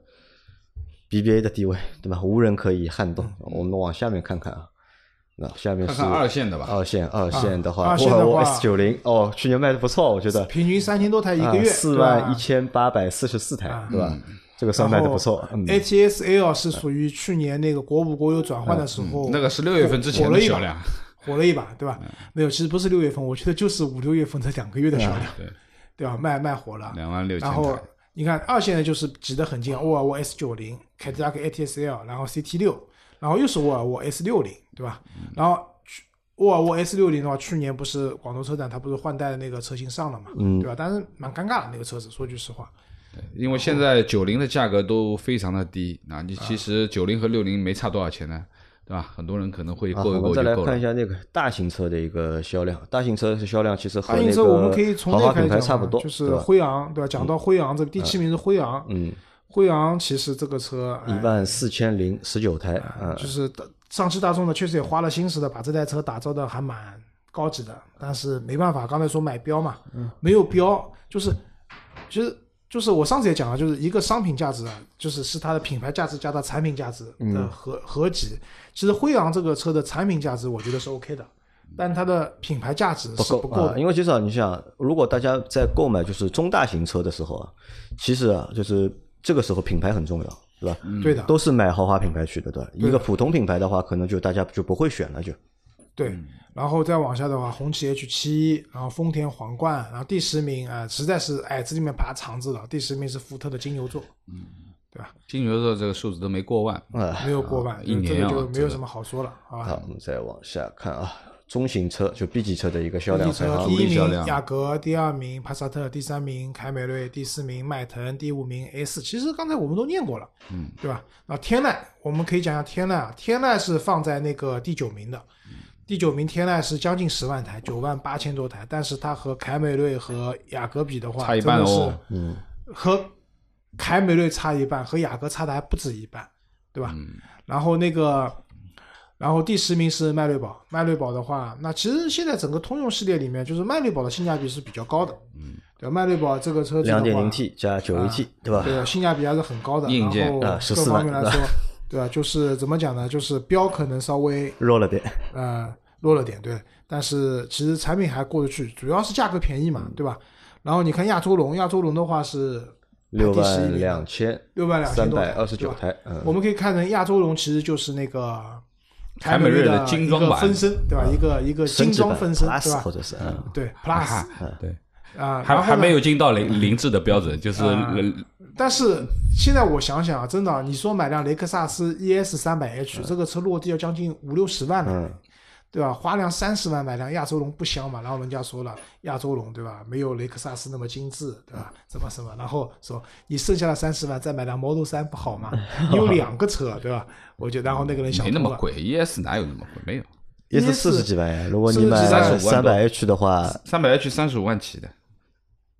[SPEAKER 2] B B A 的地位对吧？无人可以撼动。我们往下面看看啊。那下面是
[SPEAKER 4] 看看二线的吧。
[SPEAKER 2] 二线二线的话，
[SPEAKER 3] 二线的话
[SPEAKER 2] 沃尔沃 S 九十 哦，去年卖的不错，我觉得
[SPEAKER 3] 平均三千多台一个月，
[SPEAKER 2] 四万一千八百四十四台，对吧？这个算卖的不错。嗯
[SPEAKER 3] A T S L 是属于去年那个国五国有转换的时候，
[SPEAKER 4] 那个是六月份之前的销量，
[SPEAKER 3] 火了一把，对吧？没有，其实不是六月份，我觉得就是五六月份这两个月的销量，
[SPEAKER 4] 对
[SPEAKER 3] 对吧？卖卖火了，
[SPEAKER 4] 两万六千
[SPEAKER 3] 台。然后你看二线的就是挤得很近，沃尔沃 S 九十、凯迪拉克 A T S L， 然后 C T 六，然后又是沃尔沃 S 六十，对吧？然后沃尔沃 S 六十 的话，去年不是广州车展，它不是换代的那个车型上了嘛，
[SPEAKER 2] 嗯，
[SPEAKER 3] 对吧？但是蛮尴尬的那个车子，说句实话。
[SPEAKER 4] 对，因为现在九零的价格都非常的低，那你其实九零和六零没差多少钱呢，对吧？很多人可能会够一够就够了。
[SPEAKER 2] 我们再来看一下那个大型车的一个销量，大型车的销量其实和那个
[SPEAKER 3] 我们可以从
[SPEAKER 2] 豪华品牌差不多，
[SPEAKER 3] 就是辉昂，对吧？讲到辉昂，这第七名是辉昂，
[SPEAKER 2] 嗯，
[SPEAKER 3] 辉昂其实这个车
[SPEAKER 2] 一万四千零十九台，嗯，
[SPEAKER 3] 就是上汽大众呢确实也花了心思的把这台车打造的还蛮高级的，但是没办法，刚才说买标嘛，没有标，就是其实。就是我上次也讲了，就是一个商品价值啊，就是是它的品牌价值加它产品价值的合、嗯、合集。其实辉昂这个车的产品价值我觉得是 OK 的，但它的品牌价值是不够的。
[SPEAKER 2] 啊、因为其实啊，你想，如果大家在购买就是中大型车的时候啊，其实啊，就是这个时候品牌很重要，对吧？
[SPEAKER 3] 嗯、对的，
[SPEAKER 2] 都是买豪华品牌去的，对吧？一个普通品牌的话，可能就大家就不会选了，就。
[SPEAKER 3] 对，然后再往下的话，红旗 H 七，然后丰田皇冠，然后第十名啊、呃，实在是哎，这里面爬肠子了。第十名是福特的金牛座，嗯，对吧？
[SPEAKER 4] 金牛座这个数字都没过万，
[SPEAKER 2] 嗯，
[SPEAKER 3] 没有过万，
[SPEAKER 4] 一年
[SPEAKER 3] 这个就没有什么好说了，好吧？
[SPEAKER 2] 好，我们再往下看啊，中型车就 B 级车的一个销量排行，
[SPEAKER 3] 第一名雅阁，第二名帕萨特，第三名凯美瑞，第四名迈腾，第五名 S。其实刚才我们都念过了，嗯，对吧？那天籁，我们可以讲讲天籁啊，天籁是放在那个第九名的。第九名天籁是将近十万台，九万八千多台，但是它和凯美瑞和雅阁比的话，
[SPEAKER 4] 差一半哦。
[SPEAKER 3] 嗯，和凯美瑞差一半，和雅阁差的还不止一半，对吧？嗯、然后那个，然后第十名是迈锐宝，迈锐宝的话，那其实现在整个通用系列里面，就是迈锐宝的性价比是比较高的，嗯，对吧？迈锐宝这个车子
[SPEAKER 2] 两点零 T 加九 A T，、啊、对吧？
[SPEAKER 3] 对，性价比还是很高的，
[SPEAKER 4] 硬件
[SPEAKER 3] 啊，各方面来说。对吧？就是怎么讲呢？就是标可能稍微
[SPEAKER 2] 弱了点，
[SPEAKER 3] 呃，弱了点，对。但是其实产品还过得去，主要是价格便宜嘛，对吧？然后你看亚洲龙，亚洲龙的话是
[SPEAKER 2] 六万两千，
[SPEAKER 3] 六万两千多
[SPEAKER 2] 三百二十九台。嗯，
[SPEAKER 3] 我们可以看成亚洲龙其实就是那个
[SPEAKER 4] 凯美瑞的精装版
[SPEAKER 3] 分身，对吧？一个一个精装分身，对吧？
[SPEAKER 2] 或者是嗯，
[SPEAKER 3] 对 Plus，
[SPEAKER 4] 对
[SPEAKER 3] 啊，
[SPEAKER 4] 还还没有进到零零制的标准，就是。
[SPEAKER 3] 但是现在我想想啊，真的、啊，你说买辆雷克萨斯 E S 三百 H、嗯、这个车落地要将近五六十万了、嗯，对吧？花辆三十万买辆亚洲龙不香嘛？然后人家说了，亚洲龙对吧，没有雷克萨斯那么精致，对吧？什么什么，然后说你剩下的三十万再买辆 Model 三不好吗？你有两个车，对吧？我觉得，然后那个人想
[SPEAKER 4] 没那么贵 ，E S 哪有那么贵？没有
[SPEAKER 2] ，E S 四十几万呀。如果你买三百 H 的话，
[SPEAKER 4] 三百 H 三十五万起的。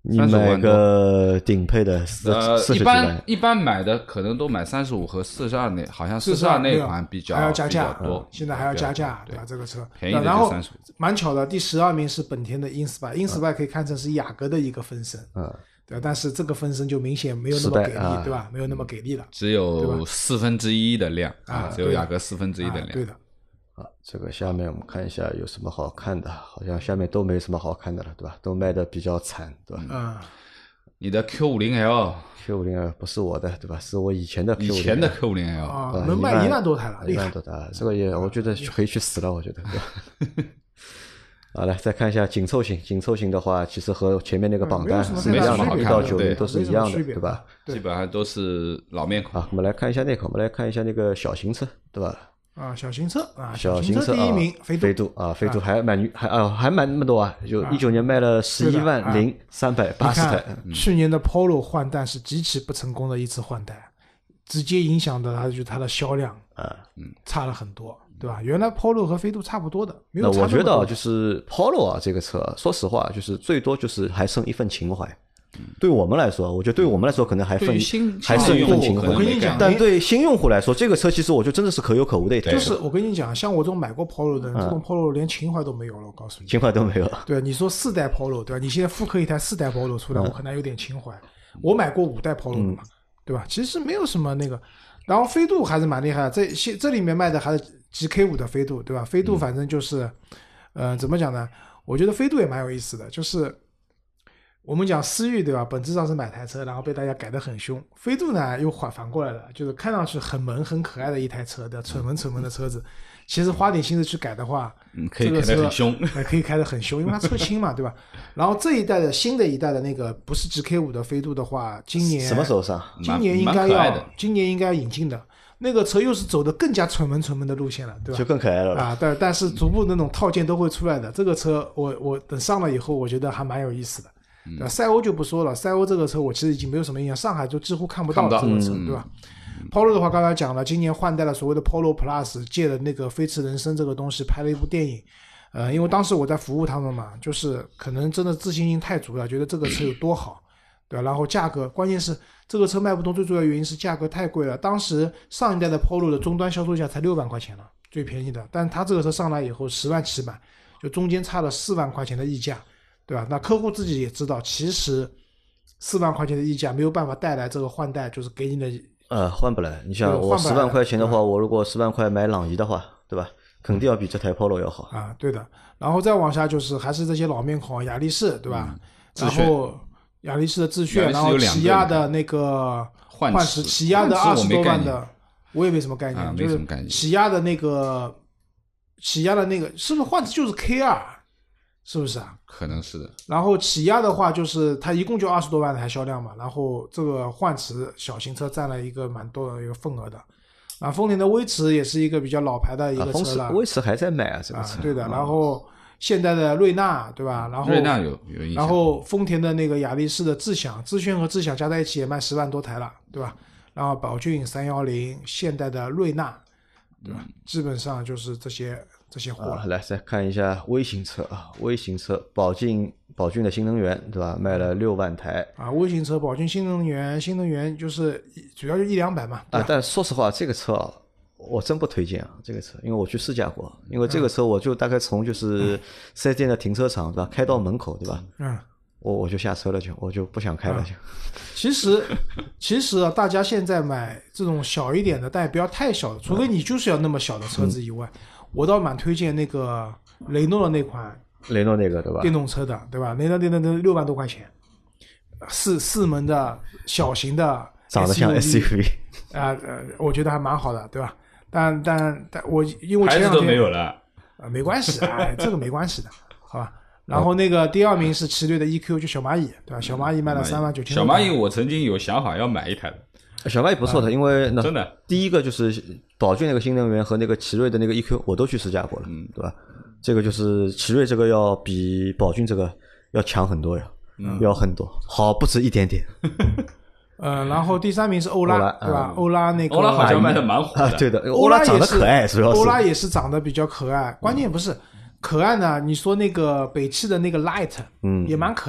[SPEAKER 2] 你买个顶配的四
[SPEAKER 4] 呃，
[SPEAKER 2] 四十几
[SPEAKER 4] 一般
[SPEAKER 2] 万，
[SPEAKER 4] 一般买的可能都买三十五和四十二那，好像四十二那款比较
[SPEAKER 3] 还要加价
[SPEAKER 4] 比较多，
[SPEAKER 3] 现在还要加价，
[SPEAKER 4] 对
[SPEAKER 3] 吧？这个车
[SPEAKER 4] 便宜的
[SPEAKER 3] 然后
[SPEAKER 4] 就三十五。
[SPEAKER 3] 蛮巧的，第十二名是本田的 Inspire，Inspire 可以看成是雅阁的一个分身，
[SPEAKER 2] 嗯，
[SPEAKER 3] 对吧？但是这个分身就明显没有那么给力，
[SPEAKER 2] 啊、
[SPEAKER 3] 对吧？没有那么给力了，
[SPEAKER 4] 只有四分之一的量
[SPEAKER 3] 啊，
[SPEAKER 4] 只有雅阁四分之一的量，
[SPEAKER 3] 啊对的。
[SPEAKER 2] 啊，这个下面我们看一下有什么好看的，好像下面都没什么好看的了，对吧？都卖的比较惨，对吧？
[SPEAKER 3] 嗯，
[SPEAKER 4] 你的 Q 五零 L
[SPEAKER 2] Q 五零 L 不是我的，对吧？是我以前的 Q 五零 L，
[SPEAKER 4] 以前的 Q 五零 L
[SPEAKER 3] 啊，
[SPEAKER 2] 呃
[SPEAKER 3] 能卖一万多台了，
[SPEAKER 2] 一万多台，这个也我觉得可以去死了，我觉得。对吧好，来再看一下紧凑型，紧凑型的话，其实和前面那个榜单是一样的，一到九零都是一样的，对吧？
[SPEAKER 4] 基本上都是老面孔。
[SPEAKER 2] 啊，我们来看一下那个，我们来看一下那个小型车，对吧？
[SPEAKER 3] 啊，小型车啊，
[SPEAKER 2] 小
[SPEAKER 3] 型
[SPEAKER 2] 车
[SPEAKER 3] 第一名，
[SPEAKER 2] 飞
[SPEAKER 3] 度
[SPEAKER 2] 度啊，飞度还蛮还啊还蛮那么多啊，就一九年卖了十一万零三百八十台。
[SPEAKER 3] 去年的 Polo 换代是极其不成功的一次换代，直接影响的它就是它的销量
[SPEAKER 2] 啊，
[SPEAKER 3] 嗯，差了很多，对吧？原来 Polo 和飞度差不多的，没有差
[SPEAKER 2] 那我觉得
[SPEAKER 3] 多
[SPEAKER 2] 就是 Polo 啊这个车，说实话就是最多就是还剩一份情怀。对我们来说，我觉得对我们来说可能还分还剩一份情怀。
[SPEAKER 3] 我跟你讲，
[SPEAKER 2] 但对新用户来说，这个车其实我觉得真的是可有可无的一台。
[SPEAKER 3] 就是我跟你讲，像我这种买过 Polo 的人，这种 Polo 连情怀都没有了。我告诉你，
[SPEAKER 2] 情怀都没有。
[SPEAKER 3] 对，你说四代 Polo， 对吧？你现在复刻一台四代 Polo 出来，我可能有点情怀。我买过五代 Polo 的嘛，对吧？其实没有什么那个。然后飞度还是蛮厉害的，这这这里面卖的还是 G K 五 的飞度，对吧？飞度反正就是，呃，怎么讲呢？我觉得飞度也蛮有意思的，就是。我们讲思域对吧？本质上是买台车，然后被大家改得很凶。飞度呢又反反过来了，就是看上去很萌很可爱的一台车的蠢萌蠢萌的车子，其实花点心思去改的话，
[SPEAKER 4] 嗯，可以开得很凶，
[SPEAKER 3] 呃，可以开得很凶，因为它车轻嘛，对吧？然后这一代的新的一代的那个不是 G K 五 的飞度的话，今年
[SPEAKER 2] 什么时候上？
[SPEAKER 3] 今年应该要，今年应该要引进的。那个车又是走的更加蠢萌蠢萌的路线了，对吧？
[SPEAKER 2] 就更可爱了
[SPEAKER 3] 啊！但但是逐步那种套件都会出来的。这个车我我等上了以后，我觉得还蛮有意思的。对赛欧就不说了，赛欧这个车我其实已经没有什么印象，上海就几乎看不到这个车，对吧、嗯、？Polo 的话刚才讲了，今年换代了所谓的 Polo Plus， 借了那个飞驰人生这个东西拍了一部电影。呃，因为当时我在服务他们嘛，就是可能真的自信心太足了，觉得这个车有多好，对吧？然后价格，关键是这个车卖不动，最主要原因是价格太贵了。当时上一代的 Polo 的终端销售价才六万块钱了，最便宜的，但他这个车上来以后十万起买，就中间差了四万块钱的溢价。对吧？那客户自己也知道，其实四万块钱的溢价没有办法带来这个换代，就是给你的
[SPEAKER 2] 呃换不来。你像我十万块钱的话，我如果十万块买朗逸的话，对吧？肯定要比这台 Polo 要好
[SPEAKER 3] 啊。对的。然后再往下就是还是这些老面孔，雅力士，对吧？嗯、然后雅力士的致炫，然后起亚的那个幻驰，起亚的二十多万的，我也没什么概念，
[SPEAKER 4] 啊、
[SPEAKER 3] 就是起亚的那个起亚的那个是不是幻驰就是 K 二？是不是啊？
[SPEAKER 4] 可能是的。
[SPEAKER 3] 然后起亚的话，就是它一共就二十多万台销量嘛，然后这个幻驰小型车占了一个蛮多的一个份额的。啊，丰田的威驰也是一个比较老牌的一个车了。
[SPEAKER 2] 啊、威驰还在卖啊，这个车。
[SPEAKER 3] 啊、对的。然后现代的瑞纳，对吧？然后
[SPEAKER 4] 瑞纳有有印象。
[SPEAKER 3] 然后丰田的那个雅力士的智享，致炫和智享加在一起也卖十万多台了，对吧？然后宝骏三一零，现代的瑞纳，对吧？嗯、基本上就是这些。这些货、
[SPEAKER 2] 啊、来再看一下微型车啊，微型车宝骏宝骏的新能源对吧？卖了六万台
[SPEAKER 3] 啊，微型车宝骏新能源，新能源就是主要就一两百嘛
[SPEAKER 2] 啊。但说实话，这个车啊，我真不推荐啊，这个车，因为我去试驾过，因为这个车我就大概从就是四 S 店的停车场对吧，开到门口对吧？嗯，我我就下车了就，我就不想开了就。嗯、
[SPEAKER 3] 其实其实啊，大家现在买这种小一点的，但也不要太小的，除非你就是要那么小的车子以外。嗯，我倒蛮推荐那个雷诺的那款，
[SPEAKER 2] 雷诺那个对吧？
[SPEAKER 3] 电动车的对吧？雷诺电动车六万多块钱，四四门的小型的 S U V，
[SPEAKER 2] 长得像 S U V
[SPEAKER 3] 啊呃，我觉得还蛮好的，对吧？但但但我因为前两天
[SPEAKER 4] 牌子都没有了
[SPEAKER 3] 啊，没关系，哎，这个没关系的，好吧？然后那个第二名是奇瑞的 E Q， 就小蚂蚁，对吧？小蚂蚁卖了三万九千。
[SPEAKER 4] 小蚂蚁我曾经有想法要买一台的。
[SPEAKER 2] 小蚂蚁不错的，因为那
[SPEAKER 4] 真的
[SPEAKER 2] 第一个就是宝骏那个新能源和那个奇瑞的那个 E Q 我都去试驾过了，嗯，对吧？这个就是奇瑞这个要比宝骏这个要强很多呀，嗯、要很多，好不止一点点。
[SPEAKER 3] 呃，然后第三名是欧拉，
[SPEAKER 2] 欧拉
[SPEAKER 3] 对吧？嗯、欧拉那个
[SPEAKER 4] 欧拉好像卖的蛮火的、
[SPEAKER 2] 啊，对的，欧拉长得可爱，主要是
[SPEAKER 3] 欧拉也是长得比较可爱，关键不是可爱呢。你说那个北汽的那个 Light， 嗯，也蛮可爱的。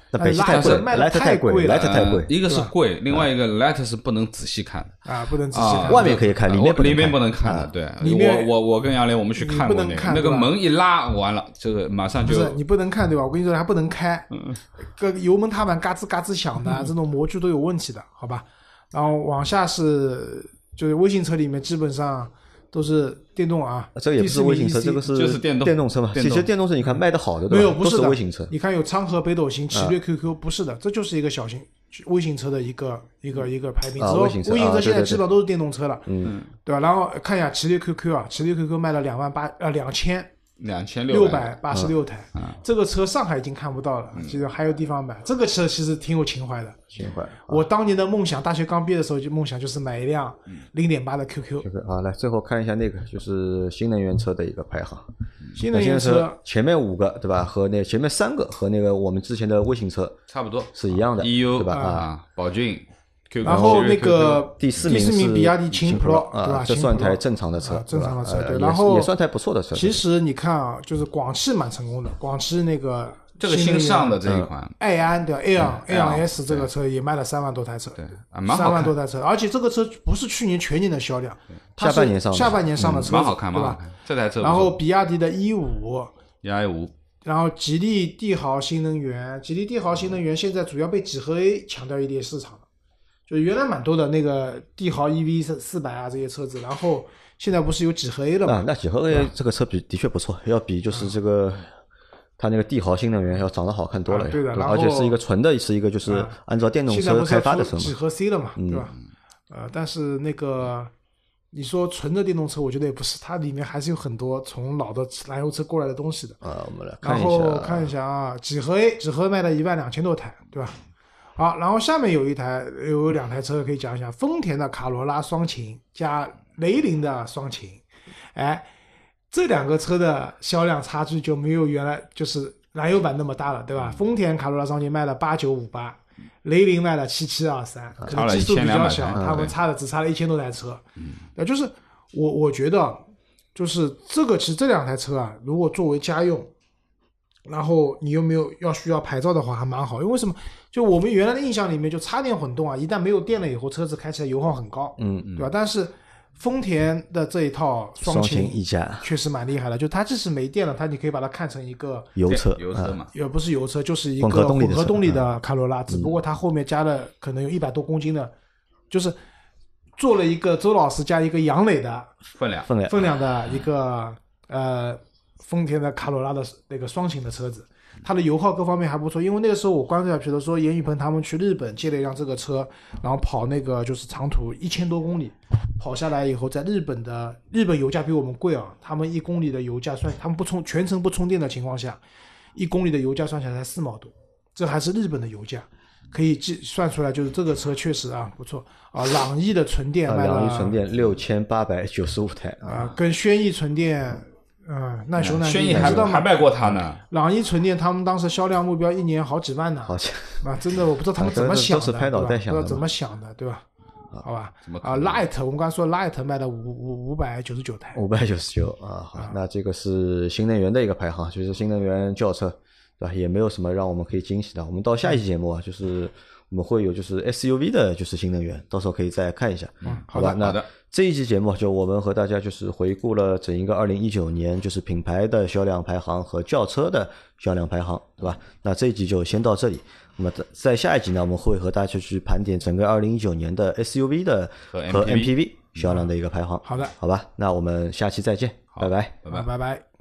[SPEAKER 2] 那北汽太贵，Light 太贵，Light 太贵。
[SPEAKER 4] 一个是贵，另外一个 Light 是不能仔细看的
[SPEAKER 3] 啊，不能仔细看，
[SPEAKER 2] 外面可以看，里面
[SPEAKER 4] 里面不能看的。对，我我我跟杨磊我们去看过那个，那个门一拉完了，这个马上就
[SPEAKER 3] 不是你不能看对吧？我跟你说还不能开，个油门踏板嘎吱嘎吱响的，这种模具都有问题的，好吧？然后往下是就是微型车里面基本上都是电动啊，
[SPEAKER 2] 这个也不是微型车，这个是
[SPEAKER 4] 就是电动
[SPEAKER 2] 电动车嘛。其实电动车你看卖的好的
[SPEAKER 3] 没有不
[SPEAKER 2] 是
[SPEAKER 3] 的
[SPEAKER 2] 微型车，
[SPEAKER 3] 你看有昌河、北斗星、奇瑞 Q Q， 不是的，这就是一个小型微型车的一个一个一个排名。
[SPEAKER 2] 啊，微型车，
[SPEAKER 3] 微型车现在基本上都是电动车了，
[SPEAKER 2] 嗯，
[SPEAKER 3] 对吧？然后看一下奇瑞 Q Q 啊，奇瑞 Q Q 卖了两万八呃两千。
[SPEAKER 4] 两千
[SPEAKER 3] 六百八十六台、
[SPEAKER 4] 嗯，
[SPEAKER 3] 这个车上海已经看不到了，其实还有地方买。这个车其实挺有情怀的，
[SPEAKER 2] 情怀。
[SPEAKER 3] 我当年的梦想，大学刚毕业的时候就梦想就是买一辆 零点八 的 Q Q。
[SPEAKER 2] 啊，来最后看一下那个就是新能源车的一个排行。
[SPEAKER 3] 新能源车
[SPEAKER 2] 前面五个对吧？和那前面三个和那个我们之前的微型车
[SPEAKER 4] 差不多
[SPEAKER 2] 是一样的
[SPEAKER 4] ，E U
[SPEAKER 2] 对吧？
[SPEAKER 4] 啊，宝骏。
[SPEAKER 3] 然后那个
[SPEAKER 2] 第四名是
[SPEAKER 3] 比亚迪秦 Pro，
[SPEAKER 2] 对
[SPEAKER 3] 吧？
[SPEAKER 2] 这算台正常的车，
[SPEAKER 3] 正常的车，对。
[SPEAKER 2] 然
[SPEAKER 3] 后
[SPEAKER 2] 也算台不错的车。
[SPEAKER 3] 其实你看啊，就是广汽蛮成功的，广汽那个
[SPEAKER 4] 这个新上的这一款
[SPEAKER 3] 爱安对吧 ？Aeon Aeon S 这个车也卖了三万多台车，
[SPEAKER 4] 对，蛮
[SPEAKER 3] 三万多台车，而且这个车不是去年全年的销量，
[SPEAKER 2] 下半年上
[SPEAKER 3] 下半年上的车，
[SPEAKER 4] 蛮好看，
[SPEAKER 3] 对吧？
[SPEAKER 4] 这台车。
[SPEAKER 3] 然后比亚迪的 E 五
[SPEAKER 4] ，E 五。
[SPEAKER 3] 然后吉利帝豪新能源，吉利帝豪新能源现在主要被几何 A 抢掉一点市场了。就原来蛮多的那个帝豪 E V 四百啊这些车子，然后现在不是有几何 A 了吗？
[SPEAKER 2] 啊，那几何 A 这个车比的确不错，要比就是这个、嗯、它那个帝豪新能源要长得好看多了、
[SPEAKER 3] 啊、对的，
[SPEAKER 2] 对，而且是一个纯的，是一个就是按照电动车开发的车嘛。
[SPEAKER 3] 几何 C 了嘛，
[SPEAKER 2] 嗯、
[SPEAKER 3] 对吧？呃，但是那个你说纯的电动车，我觉得也不是，它里面还是有很多从老的燃油车过来的东西的。
[SPEAKER 2] 啊，我们来看一下，
[SPEAKER 3] 然后看一下啊，几何 A 几何卖了一万两千多台，对吧？好，然后下面有一台有两台车可以讲一下，丰田的卡罗拉双擎加雷凌的双擎，哎，这两个车的销量差距就没有原来就是燃油版那么大了，对吧？丰田卡罗拉双擎卖了八九五八，雷凌卖了七七二三，可能基数比较小，他们差的只差了一千多台车。嗯，就是我我觉得就是这个其实这两台车啊，如果作为家用。然后你又没有要需要牌照的话还蛮好，因为什么？就我们原来的印象里面，就插电混动啊，一旦没有电了以后，车子开起来油耗很高，
[SPEAKER 2] 嗯，
[SPEAKER 3] 对吧？但是丰田的这一套双擎
[SPEAKER 2] 翼加
[SPEAKER 3] 确实蛮厉害的，就它即使没电了，它你可以把它看成一个
[SPEAKER 2] 油车，
[SPEAKER 4] 油车嘛，
[SPEAKER 3] 也不是油车，就是一个
[SPEAKER 2] 混
[SPEAKER 3] 合动力的卡罗拉，只不过它后面加了可能有一百多公斤的，就是做了一个周老师加一个杨磊的
[SPEAKER 4] 分量
[SPEAKER 2] 分量
[SPEAKER 3] 分量的一个呃。丰田的卡罗拉的那个双擎的车子，它的油耗各方面还不错。因为那个时候我关注下去的说，严宇鹏他们去日本借了一辆这个车，然后跑那个就是长途一千多公里，跑下来以后，在日本的日本油价比我们贵啊，他们一公里的油价算他们不充全程不充电的情况下，一公里的油价算下来才四毛多，这还是日本的油价。可以计算出来，就是这个车确实啊不错啊。朗逸的纯电卖了，
[SPEAKER 2] 朗逸纯电六千八百九十五台
[SPEAKER 3] 啊，跟轩逸纯电。嗯，难兄难弟，
[SPEAKER 4] 轩逸还还卖过它呢。
[SPEAKER 3] 朗逸纯电他们当时销量目标一年好几万呢，
[SPEAKER 2] 好像
[SPEAKER 3] 啊，真的我不知道他们怎么想的，
[SPEAKER 2] 都是拍脑袋想的，
[SPEAKER 3] 不知道怎么想的，对吧？好吧，啊 ，Light 我们刚才说 Light 卖了五五五百九十九台，
[SPEAKER 2] 五百九十九啊，好，那这个是新能源的一个排行，就是新能源轿车，对吧？也没有什么让我们可以惊喜的。我们到下一期节目啊，就是我们会有就是 S U V 的，就是新能源，到时候可以再看一下，
[SPEAKER 3] 嗯，
[SPEAKER 2] 好吧？那这一期节目就我们和大家就是回顾了整一个二零一九年，就是品牌的销量排行和轿车的销量排行，对吧？那这一集就先到这里。那么在下一集呢，我们会和大家去盘点整个二零一九年的 S U V 的和 M P V 销量的一个排行。
[SPEAKER 3] 好的，
[SPEAKER 2] 好吧，那我们下期再见，拜拜，
[SPEAKER 3] 拜拜拜拜。